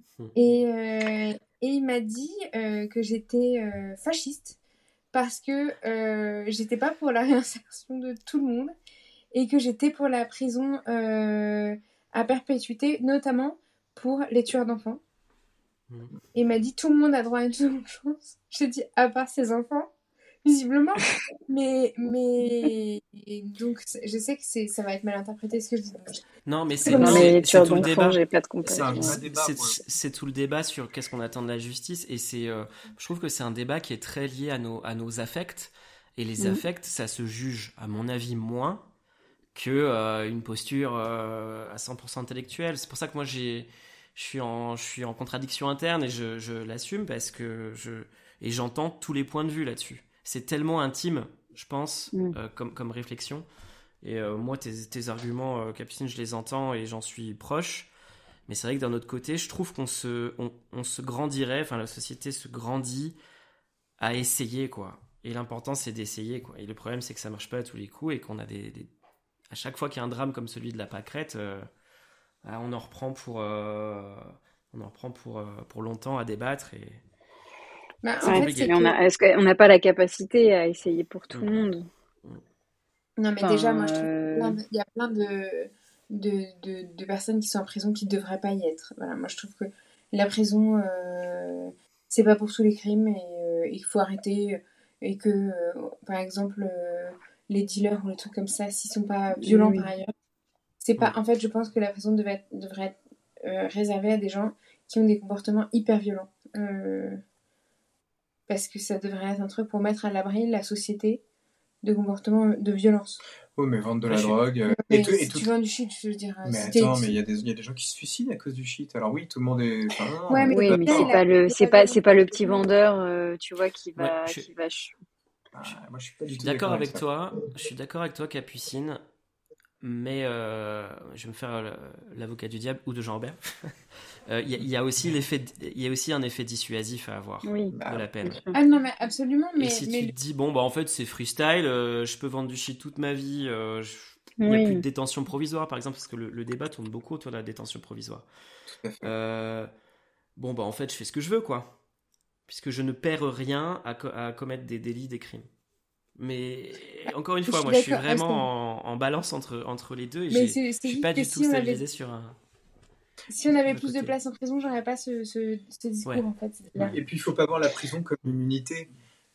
Et il m'a dit que j'étais fasciste parce que j'étais pas pour la réinsertion de tout le monde et que j'étais pour la prison à perpétuité, notamment pour les tueurs d'enfants. Et il m'a dit tout le monde a droit à une seconde chance. J'ai dit à part ces enfants, visiblement. Mais donc je sais que ça va être mal interprété ce que je dis. Non, mais c'est tout le débat. J'ai pas de comparaison. C'est tout le débat sur qu'est-ce qu'on attend de la justice, et je trouve que c'est un débat qui est très lié à nos affects, et les affects, ça se juge, à mon avis, moins que une posture à 100% intellectuelle. C'est pour ça que moi je suis en contradiction interne, et je l'assume parce que j'entends tous les points de vue là-dessus. C'est tellement intime, je pense, comme réflexion. Et moi, tes arguments, Capucine, je les entends et j'en suis proche. Mais c'est vrai que d'un autre côté, je trouve qu'on se grandirait, enfin la société se grandit à essayer, quoi. Et l'important, c'est d'essayer, quoi. Et le problème, c'est que ça marche pas à tous les coups et qu'on a à chaque fois qu'il y a un drame comme celui de la pâquerette, on en reprend pour longtemps à débattre. Et est-ce qu'on n'a pas la capacité à essayer pour tout le monde? Non, mais déjà, moi, je trouve qu'il y a plein de personnes qui sont en prison qui ne devraient pas y être. Voilà, moi, je trouve que la prison, c'est pas pour tous les crimes, et il faut arrêter. Et que, par exemple, les dealers ou les trucs comme ça, s'ils sont pas violents par ailleurs, c'est pas... En fait, je pense que la prison devrait être réservée à des gens qui ont des comportements hyper violents. Parce que ça devrait être un truc pour mettre à l'abri la société de comportements de violence. Oh, mais vendre de la drogue... tu vends du shit, je veux dire... Mais attends, mais il y a des gens qui se suicident à cause du shit. Alors oui, tout le monde est... mais c'est pas le petit vendeur, tu vois, qui va... moi, je suis pas du tout d'accord avec toi. Je suis d'accord avec toi, Capucine. Mais je vais me faire l'avocat du diable ou de Jean-Robert. Il y a aussi un effet dissuasif à avoir de la peine. Ah non, mais absolument. Mais, et si tu te dis, en fait, c'est freestyle, je peux vendre du shit toute ma vie, il n'y a plus de détention provisoire, par exemple, parce que le débat tourne beaucoup autour de la détention provisoire. Tout à fait. En fait, je fais ce que je veux, quoi. Puisque je ne perds rien à commettre des délits, des crimes. Mais encore une fois, moi je suis vraiment en balance entre les deux, et je suis pas du tout stabilisé sur un... Si on avait plus de place en prison, j'aurais pas ce discours en fait. Et puis il faut pas voir la prison comme une unité,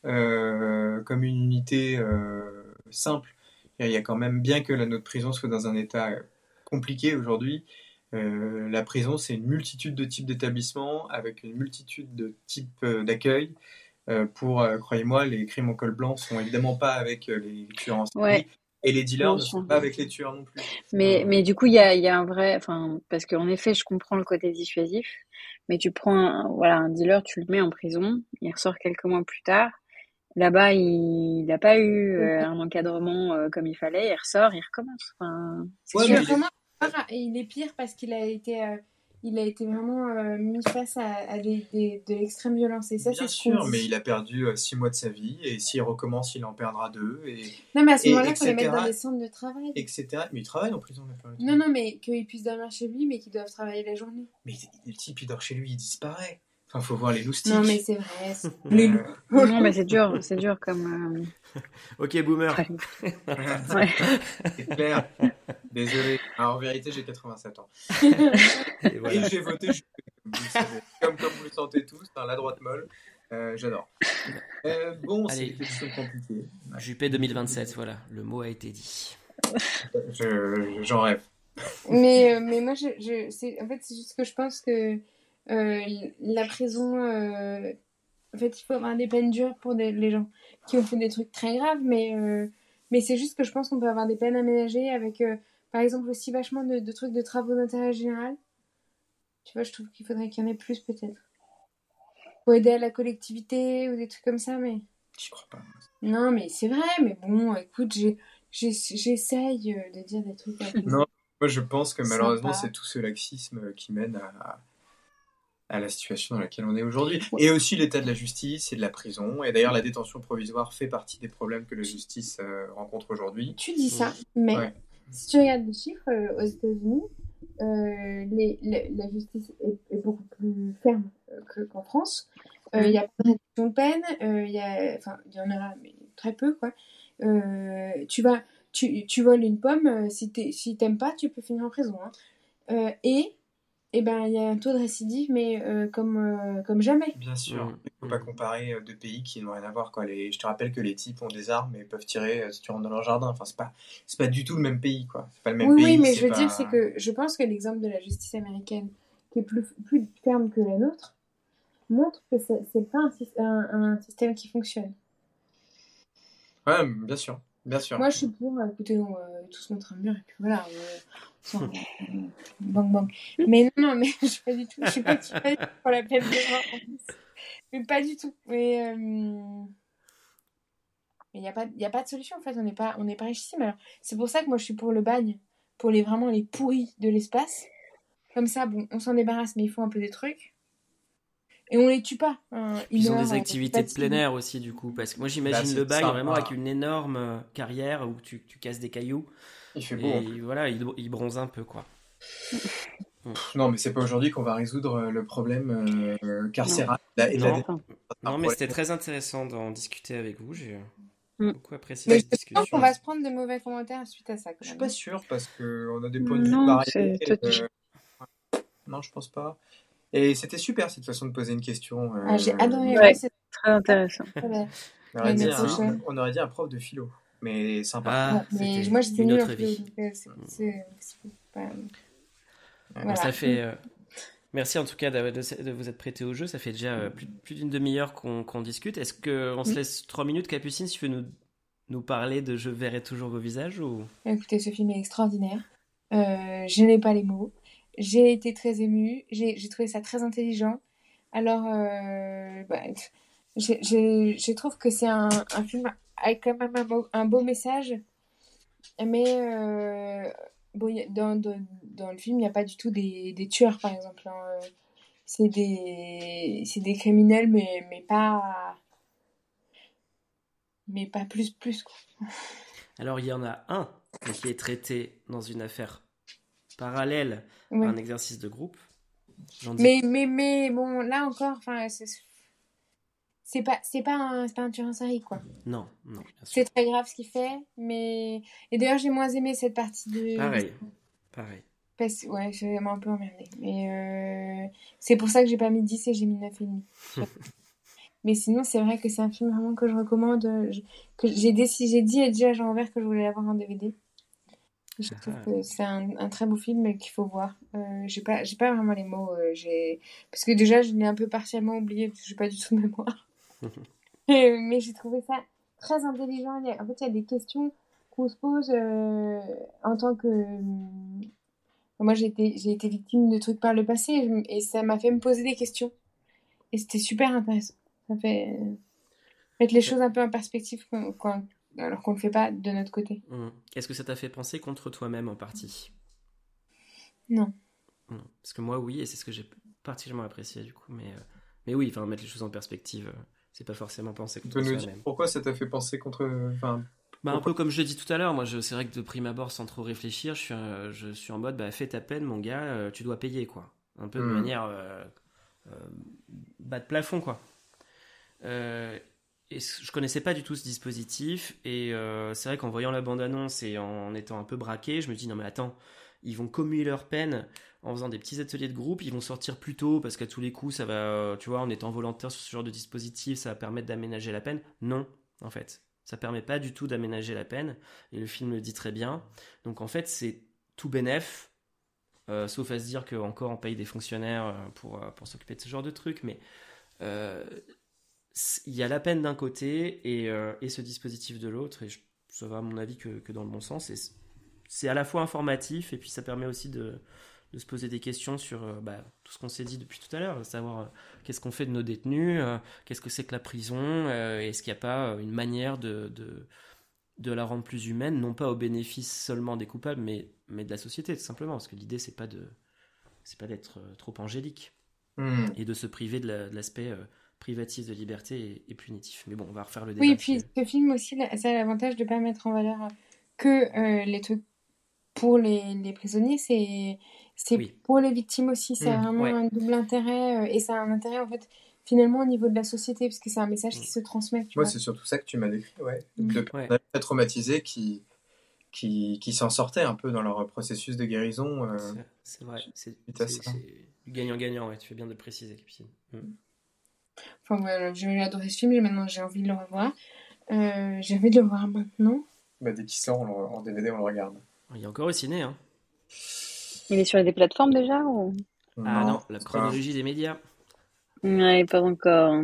simple. Il y a quand même, bien que notre prison soit dans un état compliqué aujourd'hui, la prison c'est une multitude de types d'établissements avec une multitude de types d'accueil. Croyez-moi, les crimes en col blanc sont évidemment pas avec les tueurs en série, et les dealers ne sont pas avec les tueurs non plus. Mais du coup, il y a un vrai, parce qu'en effet, je comprends le côté dissuasif, mais tu prends un dealer, tu le mets en prison, il ressort quelques mois plus tard, là-bas, il n'a pas eu un encadrement comme il fallait, il ressort, il recommence. Il est pire parce qu'il a été vraiment mis face à de l'extrême violence. Et ça, bien sûr, mais il a perdu 6 mois de sa vie, et s'il recommence, il en perdra 2. Non, mais à ce moment-là, il faut les mettre dans des centres de travail. Etc. Mais il travaille en prison. Non, mais qu'il puisse dormir chez lui, mais qu'ils doivent travailler la journée. Mais le type, il dort chez lui, il disparaît. Enfin, faut voir les loustiques. Non, mais c'est vrai. Les loups. Non, mais c'est dur comme... Ok, boomer. C'est clair. Désolé. Alors, en vérité, j'ai 87 ans. Et j'ai voté. vous le savez. Comme vous le sentez tous, hein, la droite molle. J'adore. Bon, c'est Allez. des questions compliquées. Ouais. Juppé 2027, voilà, le mot a été dit. J'en rêve. Mais moi, en fait, c'est juste que je pense que la prison, en fait, il faut avoir des peines dures pour les gens qui ont fait des trucs très graves, mais c'est juste que je pense qu'on peut avoir des peines aménagées avec, par exemple, aussi vachement de trucs de travaux d'intérêt général. Tu vois, je trouve qu'il faudrait qu'il y en ait plus, peut-être. Pour aider à la collectivité ou des trucs comme ça, mais... Je crois pas. Non, mais c'est vrai, mais bon, écoute, j'essaye de dire des trucs un peu... Non, moi je pense que malheureusement Sympa. c'est tout ce laxisme qui mène à la situation dans laquelle on est aujourd'hui. Ouais. Et aussi l'état de la justice et de la prison. Et d'ailleurs la détention provisoire fait partie des problèmes que la justice rencontre aujourd'hui. Tu dis ça, mais Ouais. si tu regardes les chiffres aux États-Unis, la justice est beaucoup plus ferme qu'en France. Il y a pas de réduction de peine, il y en a, mais très peu, quoi. Tu voles une pomme, si t'aimes pas, tu peux finir en prison. Hein. Et ben, il y a un taux de récidive, mais comme jamais. Bien sûr, Mm. il ne faut pas comparer deux pays qui n'ont rien à voir, quoi. Je te rappelle que les types ont des armes et peuvent tirer si tu rentres dans leur jardin. Enfin, c'est pas du tout le même pays, quoi. C'est pas le même Oui, pays. mais c'est je veux pas... dire, c'est que je pense que l'exemple de la justice américaine, qui est plus ferme que la nôtre, montre que c'est pas un système qui fonctionne. Ouais, bien sûr, bien sûr. Moi, je suis pour, écoutez, tous contre un mur, et puis voilà, bang bang. Mais non, mais je suis pas du tout pour la peine de mort en plus. Mais pas du tout. Mais il y a pas de solution, en fait, on n'est pas richissime. Alors, c'est pour ça que moi, je suis pour le bagne, pour vraiment les pourris de l'espace. Comme ça, bon, on s'en débarrasse, mais il faut un peu des trucs. Et on les tue pas. Ils ont des activités de plein air aussi, du coup. Parce que moi, j'imagine le bagne vraiment avec une énorme carrière où tu casses des cailloux. Il fait beau. Et voilà, il bronze un peu, quoi. Non, mais c'est pas aujourd'hui qu'on va résoudre le problème carcéral. Non, mais c'était très intéressant d'en discuter avec vous. J'ai beaucoup apprécié mais cette discussion. Je pense qu'on va se prendre de mauvais commentaires suite à ça. Je suis pas sûr parce qu'on a des points de vue variés. Non, je pense pas. Et c'était super cette façon de poser une question. J'ai adoré. Ouais, c'est très intéressant. On aurait dit un prof de philo, mais sympa. Ah, mais moi j'étais nulle en philo. Voilà. Ça fait. Merci en tout cas de vous être prêté au jeu. Ça fait déjà plus d'une demi-heure qu'on discute. Est-ce qu'on se laisse 3 minutes, Capucine, si tu veux nous parler de Je verrai toujours vos visages ou... Écoutez, ce film est extraordinaire. Je n'ai pas les mots. J'ai été très émue. J'ai trouvé ça très intelligent. Alors, je trouve que c'est un film avec quand même un beau message. Mais bon, dans le film, il n'y a pas du tout des tueurs, par exemple. C'est des criminels, mais pas plus, quoi. Alors, il y en a un qui est traité dans une affaire parallèle à un exercice de groupe. Mais bon, là encore, c'est pas un tueur en série, quoi. Non, bien sûr. C'est très grave ce qu'il fait, mais... Et d'ailleurs, j'ai moins aimé cette partie de... Pareil. Ouais, j'ai un peu emmerdé. Mais c'est pour ça que j'ai pas mis 10 et j'ai mis 9,5. Mais sinon, c'est vrai que c'est un film vraiment que je recommande. Que j'ai dit à Jean Envers que je voulais l'avoir en DVD. Je trouve que c'est un très beau film qu'il faut voir. J'ai pas vraiment les mots. Parce que déjà, je l'ai un peu partiellement oublié parce que j'ai pas du tout de mémoire. Mais j'ai trouvé ça très intelligent. En fait, il y a des questions qu'on se pose en tant que... Moi, j'ai été victime de trucs par le passé et ça m'a fait me poser des questions. Et c'était super intéressant. Ça fait mettre les choses un peu en perspective alors qu'on ne le fait pas de notre côté. Est-ce que ça t'a fait penser contre toi-même en partie ? Non. Parce que moi, oui, et c'est ce que j'ai particulièrement apprécié du coup. Mais oui, mettre les choses en perspective, c'est pas forcément penser contre soi-même. Pourquoi ça t'a fait penser contre... un peu comme je l'ai dit tout à l'heure, moi c'est vrai que de prime abord, sans trop réfléchir, je suis en mode fais ta peine, mon gars, tu dois payer, quoi. Un peu de manière bas de plafond, quoi. Et je connaissais pas du tout ce dispositif, et c'est vrai qu'en voyant la bande-annonce et en étant un peu braqué, je me dis non mais attends, ils vont commuer leur peine en faisant des petits ateliers de groupe, ils vont sortir plus tôt parce qu'à tous les coups, ça va, tu vois, en étant volontaire sur ce genre de dispositif, ça va permettre d'aménager la peine. Non, en fait. Ça permet pas du tout d'aménager la peine, et le film le dit très bien. Donc en fait, c'est tout bénef, sauf à se dire qu'encore on paye des fonctionnaires pour s'occuper de ce genre de trucs, mais il y a la peine d'un côté et ce dispositif de l'autre, et ça va à mon avis que dans le bon sens. Et c'est à la fois informatif, et puis ça permet aussi de se poser des questions sur tout ce qu'on s'est dit depuis tout à l'heure, savoir qu'est-ce qu'on fait de nos détenus, qu'est-ce que c'est que la prison, est-ce qu'il n'y a pas une manière de la rendre plus humaine, non pas au bénéfice seulement des coupables, mais de la société, tout simplement, parce que l'idée, c'est pas d'être trop angélique, et de se priver de l'aspect privatif de liberté et punitif. Mais bon, on va refaire le débat. Oui, et puis ce film aussi, ça a l'avantage de ne pas mettre en valeur que les trucs pour les prisonniers, c'est Oui. pour les victimes aussi. Ça a vraiment un double intérêt, et ça a un intérêt, en fait, finalement, au niveau de la société, parce que c'est un message qui se transmet. Tu vois. C'est surtout ça que tu m'as décrit, de personnes très traumatisées qui s'en sortaient un peu dans leur processus de guérison. C'est vrai, c'est du gagnant-gagnant, tu fais bien de le préciser, Capucine. Enfin voilà, j'ai adoré ce film, maintenant j'ai envie de le revoir. J'ai envie de le voir maintenant. Dès qu'il sort en DVD, on le regarde. Il est encore au ciné, hein. Il est sur des plateformes déjà ou... Ah non, la chronologie des médias. Ouais, pas encore.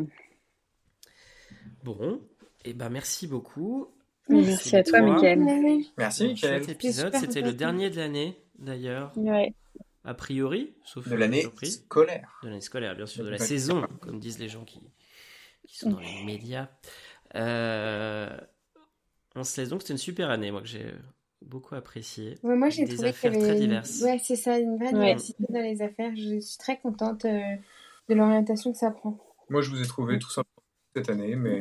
Bon, et merci beaucoup. Merci à toi, Mickaël. Merci, Mickaël. Cet épisode, c'était le dernier de l'année, d'ailleurs. Ouais. A priori, sauf de l'année scolaire. De l'année scolaire, bien sûr, de la saison, comme disent les gens qui sont dans les médias. On se laisse donc, c'était une super année, moi, que j'ai beaucoup apprécié. Ouais, moi, j'ai trouvé qu'il y avait très diverses. Ouais, c'est ça, une vraie diversité dans les affaires. Je suis très contente de l'orientation que ça prend. Moi, je vous ai trouvé tout simplement cette année, mais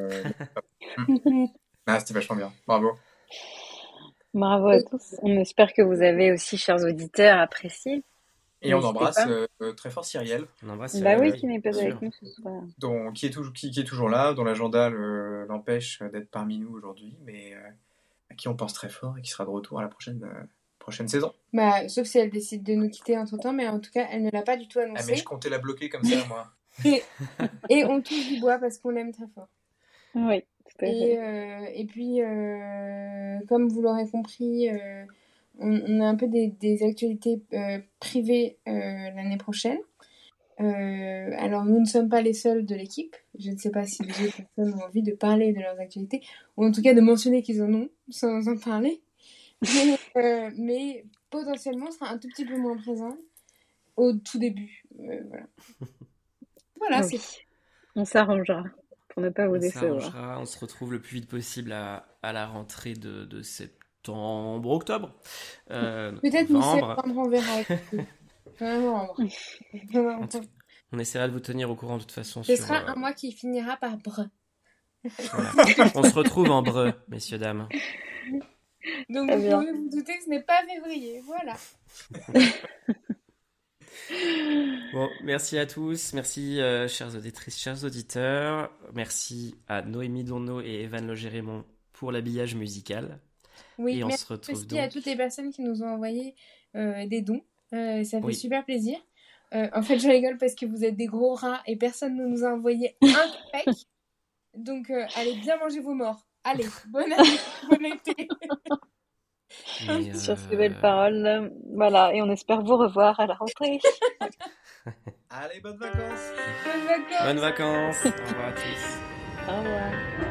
c'était vachement bien. Bravo. Bravo à tous. On espère que vous avez aussi, chers auditeurs, apprécié. Et on embrasse très fort Cyrielle. On embrasse Cyrielle. Oui, qui n'est pas avec nous ce soir. Qui est toujours là, dont l'agenda l'empêche d'être parmi nous aujourd'hui, mais à qui on pense très fort et qui sera de retour à la prochaine saison. Sauf si elle décide de nous quitter entre-temps, mais en tout cas, elle ne l'a pas du tout annoncé. Mais je comptais la bloquer comme ça, moi. Et on touche du bois parce qu'on l'aime très fort. Oui, tout à fait. Et puis, comme vous l'aurez compris, on a un peu des actualités privées l'année prochaine. Alors, nous ne sommes pas les seuls de l'équipe. Je ne sais pas si les autres personnes ont envie de parler de leurs actualités, ou en tout cas de mentionner qu'ils en ont, sans en parler. Mais potentiellement, on sera un tout petit peu moins présent au tout début. Voilà, oui. On s'arrangera pour ne pas vous décevoir. On se retrouve le plus vite possible à la rentrée de septembre, octobre. Peut-être mi-septembre, on verra. On essaiera de vous tenir au courant de toute façon. Ce sera un mois qui finira par breu. Voilà. On se retrouve en breu, messieurs, dames. Donc vous pouvez vous douter que ce n'est pas février. Voilà. Bon, merci à tous. Merci, chères auditrices, chers auditeurs. Merci à Noémie Dourneau et Evan Logérémont pour l'habillage musical. Oui, et on merci se retrouve aussi donc à toutes les personnes qui nous ont envoyé des dons. Ça fait super plaisir. En fait, je rigole parce que vous êtes des gros rats et personne ne nous a envoyé un pec. Donc, allez bien manger vos morts. Allez, bonne année, bon été. Sur ces belles paroles, voilà, et on espère vous revoir à la rentrée. Allez, bonnes vacances. Bonnes vacances. Au revoir à tous. Au revoir.